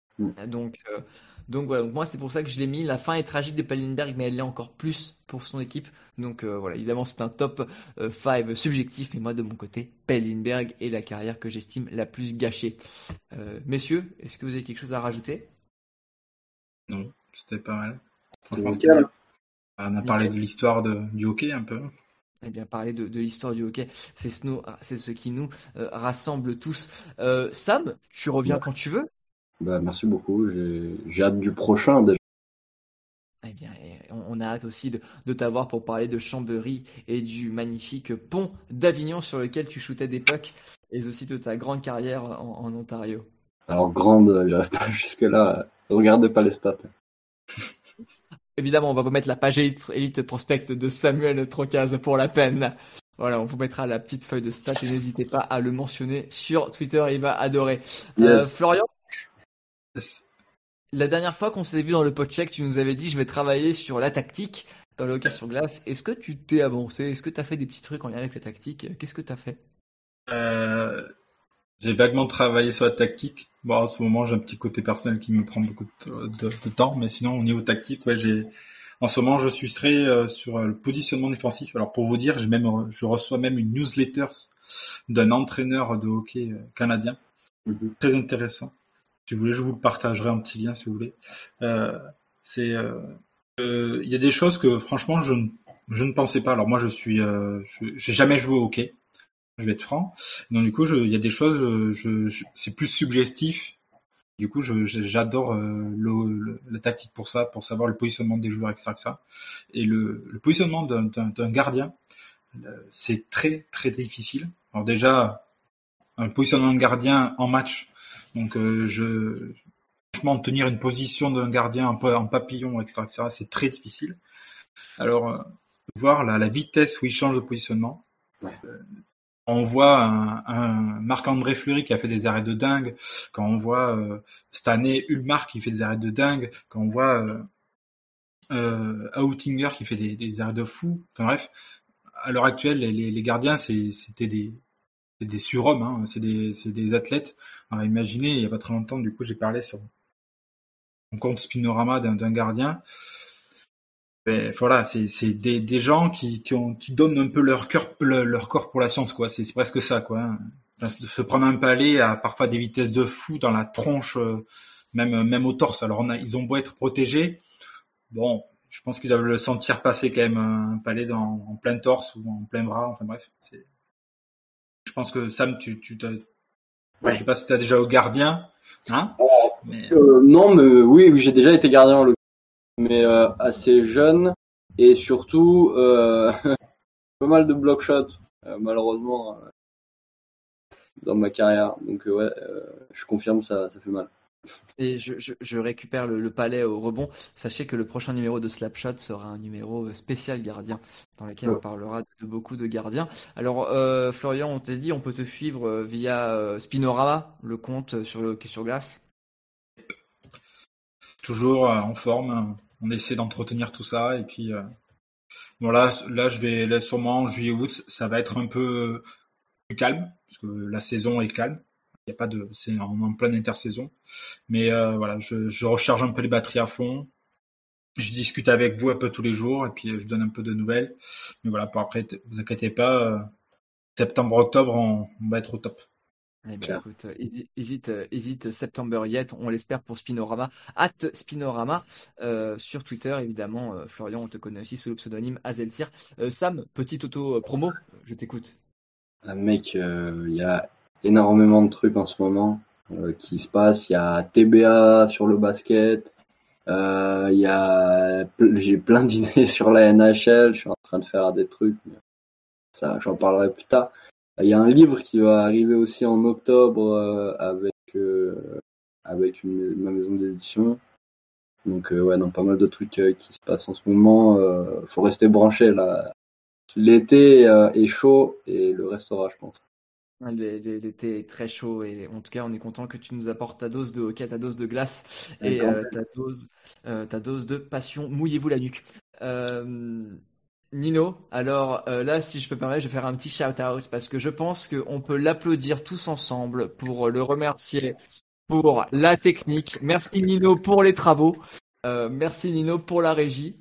Donc voilà, donc moi c'est pour ça que je l'ai mis. La fin est tragique de Pelle Lindbergh, mais elle l'est encore plus pour son équipe. Donc voilà, évidemment c'est un top 5 subjectif, mais moi de mon côté, Pelle Lindbergh est la carrière que j'estime la plus gâchée. Messieurs, est-ce que vous avez quelque chose à rajouter? Non, c'était pas mal. Franchement, c'était bien. On a parlé de l'histoire du hockey un peu. Eh bien, parler de l'histoire du hockey, c'est ce qui nous rassemble tous. Sam, tu reviens quand tu veux. Merci beaucoup. J'ai hâte du prochain déjà. Eh bien, on a hâte aussi de t'avoir pour parler de Chambéry et du magnifique pont d'Avignon sur lequel tu shootais des pucks et aussi de ta grande carrière en Ontario. Alors grande, j'arrive pas jusque-là. Regardez pas les stats. Évidemment, on va vous mettre la page Elite Prospect de Samuel Trocaz pour la peine. Voilà, on vous mettra la petite feuille de stats et n'hésitez pas à le mentionner sur Twitter, il va adorer. Yes. Florian, la dernière fois qu'on s'était vu dans le podcheck, tu nous avais dit je vais travailler sur la tactique dans le hockey sur glace. Est-ce que tu t'es avancé? Est-ce que tu as fait des petits trucs en lien avec la tactique? Qu'est-ce que tu as fait? J'ai vaguement travaillé sur la tactique. Bon, en ce moment, j'ai un petit côté personnel qui me prend beaucoup de temps, mais sinon, au niveau tactique, en ce moment, je suis très sur le positionnement défensif. Alors, pour vous dire, je reçois même une newsletter d'un entraîneur de hockey canadien. Très intéressant. Si vous voulez, je vous le partagerai en petit lien, si vous voulez. Il y a des choses que, franchement, je ne pensais pas. Alors, moi, j'ai jamais joué au hockey. Je vais être franc. Donc du coup, il y a des choses, c'est plus subjectif. Du coup, j'adore la tactique pour ça, pour savoir le positionnement des joueurs, etc. Et le positionnement d'un gardien, c'est très très difficile. Alors déjà, un positionnement de gardien en match, donc franchement, tenir une position d'un gardien en papillon, etc., c'est très difficile. Alors, voir la vitesse où il change de positionnement. on voit un Marc-André Fleury qui a fait des arrêts de dingue, quand on voit cette année Ulmar qui fait des arrêts de dingue, quand on voit Outinger qui fait des arrêts de fou. Enfin bref, à l'heure actuelle, les gardiens, c'était des surhommes, hein, c'est des athlètes. Alors, imaginez, il y a pas très longtemps, du coup, j'ai parlé sur mon compte Spinorama d'un gardien. Ben, voilà, c'est des gens qui donnent un peu leur corps pour la science, quoi. C'est presque ça, quoi. Hein. Enfin, se prendre un palais à parfois des vitesses de fou dans la tronche, même au torse. Alors ils ont beau être protégés, bon, je pense qu'ils doivent le sentir passer quand même un palais en plein torse ou en plein bras. Enfin bref, je pense que Sam, je sais pas si t'as déjà au gardien, hein. Non, mais oui, j'ai déjà été gardien, mais assez jeune et surtout pas mal de block shots, malheureusement, dans ma carrière. Donc je confirme, ça fait mal. Et je récupère le palais au rebond. Sachez que le prochain numéro de Slapshot sera un numéro spécial gardien, dans lequel on parlera de beaucoup de gardiens. Alors, Florian, on t'a dit, on peut te suivre via Spinorama, le compte sur le hockey sur glace. Toujours en forme, on essaie d'entretenir tout ça et puis bon là sûrement en juillet-août ça va être un peu plus calme parce que la saison est calme, il y a pas de c'est en pleine intersaison, mais voilà, je recharge un peu les batteries à fond, je discute avec vous un peu tous les jours et puis je donne un peu de nouvelles, mais voilà, pour après vous inquiétez pas, septembre-octobre on va être au top. Eh ben, écoute, hésite September Yet, on l'espère pour Spinorama, @Spinorama sur Twitter évidemment. Florian, on te connaît aussi sous le pseudonyme Azeltir. Sam, petite auto promo, je t'écoute. Mec, il y a énormément de trucs en ce moment qui se passent. Il y a TBA sur le basket. J'ai plein d'idées sur la NHL. Je suis en train de faire des trucs, mais ça, j'en parlerai plus tard. Il y a un livre qui va arriver aussi en octobre avec ma maison d'édition. Donc ouais, non, pas mal de trucs qui se passent en ce moment. Faut rester branché là. L'été est chaud et le restera, je pense. L'été est très chaud et en tout cas on est content que tu nous apportes ta dose de hockey, ta dose de glace Avec et grand ta dose de passion. Mouillez-vous la nuque. Nino, alors là si je peux me permettre, je vais faire un petit shout-out parce que je pense qu'on peut l'applaudir tous ensemble pour le remercier pour la technique. Merci Nino pour les travaux. Merci Nino pour la régie.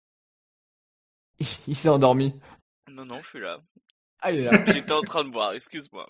Il s'est endormi. Non, je suis là. Ah, il est là. J'étais en train de boire, excuse-moi.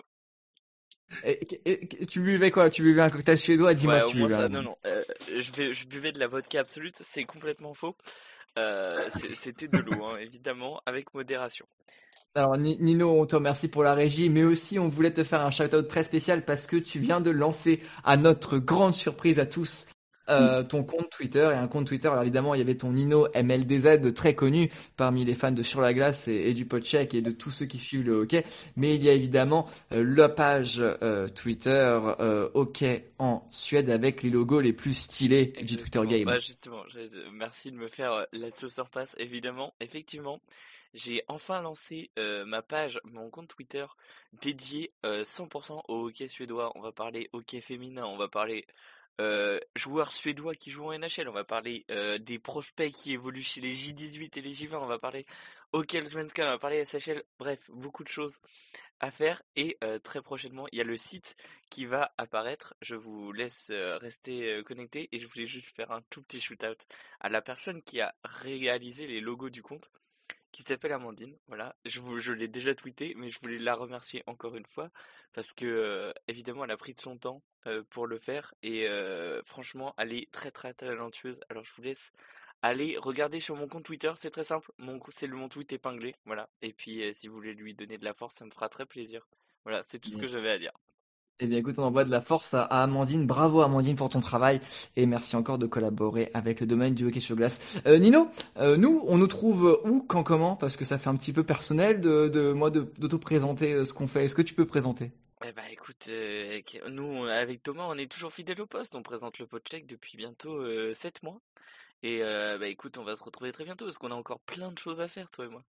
Et tu buvais quoi? Tu buvais un cocktail suédois? Dis-moi Ouais, que au tu moins buvais ça, un... non. Je buvais de la vodka absolute, c'est complètement faux. C'était de l'eau, hein, évidemment, avec modération. Alors Nino, on te remercie pour la régie, mais aussi on voulait te faire un shout-out très spécial parce que tu viens de lancer, à notre grande surprise à tous, ton compte Twitter et un compte Twitter. Alors évidemment, il y avait ton Nino MLDZ très connu parmi les fans de Sur la Glace et du Podcheck et de tous ceux qui suivent le hockey. Mais il y a évidemment la page Twitter hockey en Suède avec les logos les plus stylés du Twitter game. Bah justement, merci de me faire la sauceur passe, évidemment. Effectivement, j'ai enfin lancé ma page, mon compte Twitter dédié 100% au hockey suédois. On va parler hockey féminin, on va parler joueurs suédois qui jouent en NHL, on va parler des prospects qui évoluent chez les J18 et les J20, on va parler hockey Allsvenskan, on va parler SHL, bref, beaucoup de choses à faire et très prochainement il y a le site qui va apparaître. Je vous laisse rester connecté et je voulais juste faire un tout petit shoot-out à la personne qui a réalisé les logos du compte, qui s'appelle Amandine. Voilà, je l'ai déjà tweeté, mais je voulais la remercier encore une fois parce que évidemment elle a pris de son temps pour le faire et franchement elle est très très talentueuse. Alors je vous laisse aller regarder sur mon compte Twitter, c'est très simple, c'est mon tweet épinglé, voilà. Et puis si vous voulez lui donner de la force, ça me fera très plaisir. Voilà, c'est tout ce que j'avais à dire. Eh bien écoute, on envoie de la force à Amandine. Bravo Amandine pour ton travail et merci encore de collaborer avec le domaine du hockey sur glace. Nino, nous, on nous trouve où, quand, comment? Parce que ça fait un petit peu personnel d'auto-présenter ce qu'on fait. Est-ce que tu peux présenter? Eh bah écoute, nous avec Thomas on est toujours fidèles au poste, on présente le Podcheck depuis bientôt 7 mois. Et bah écoute, on va se retrouver très bientôt parce qu'on a encore plein de choses à faire, toi et moi.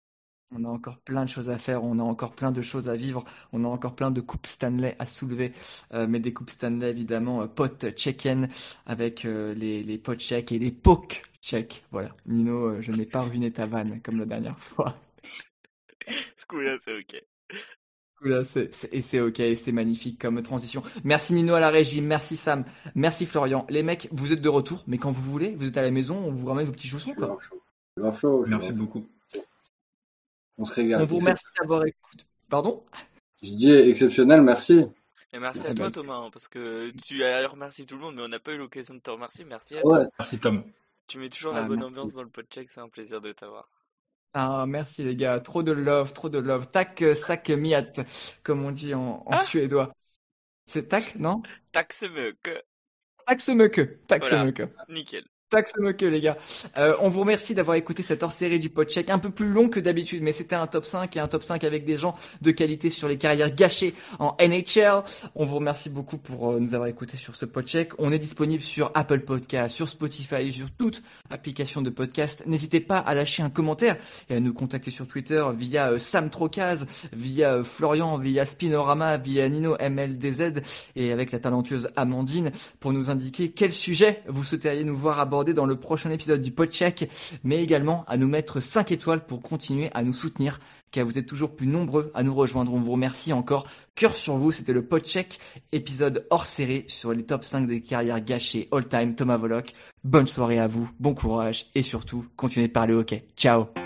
On a encore plein de choses à faire, on a encore plein de choses à vivre, on a encore plein de coupes Stanley à soulever, mais des coupes Stanley évidemment pot tchèquiennes avec les pots tchèques et les poks tchèques. Voilà, Nino, je n'ai pas ruiné ta vanne comme la dernière fois. Ce coup-là, c'est ok. Là, c'est ok, c'est magnifique comme transition. Merci Nino à la régie, merci Sam, merci Florian. Les mecs, vous êtes de retour, mais quand vous voulez, vous êtes à la maison, on vous ramène vos petits chaussons quoi. Merci beaucoup. On se régale. On vous remercie d'avoir écouté. Pardon ? Je dis exceptionnel, merci. Et merci à toi Thomas, parce que tu as remercié tout le monde, mais on n'a pas eu l'occasion de te remercier. Merci à toi. Merci Tom. Tu mets toujours la bonne ambiance dans le podcheck, c'est un plaisir de t'avoir. Ah, merci les gars, trop de love. Tack sak miat, comme on dit en suédois. C'est tack, non ? Tack så mycket. Tack så mycket. Tack så mycket. Nickel. Tack så mycket les gars. On vous remercie d'avoir écouté cette hors-série du podcheck, un peu plus long que d'habitude, mais c'était un top 5 et un top 5 avec des gens de qualité sur les carrières gâchées en NHL. On vous remercie beaucoup pour nous avoir écoutés sur ce podcheck. On est disponible sur Apple Podcast, sur Spotify, sur toute application de podcast. N'hésitez pas à lâcher un commentaire et à nous contacter sur Twitter via Sam Trocaz, via Florian, via Spinorama, via Nino MLDZ et avec la talentueuse Amandine pour nous indiquer quel sujet vous souhaiteriez nous voir aborder dans le prochain épisode du podcheck, mais également à nous mettre 5 étoiles pour continuer à nous soutenir, car vous êtes toujours plus nombreux à nous rejoindre. On vous remercie encore. Cœur sur vous, c'était le podcheck, épisode hors série sur les top 5 des carrières gâchées all time. Thomas Volok, bonne soirée à vous, bon courage et surtout, continuez de parler hockey. Ciao.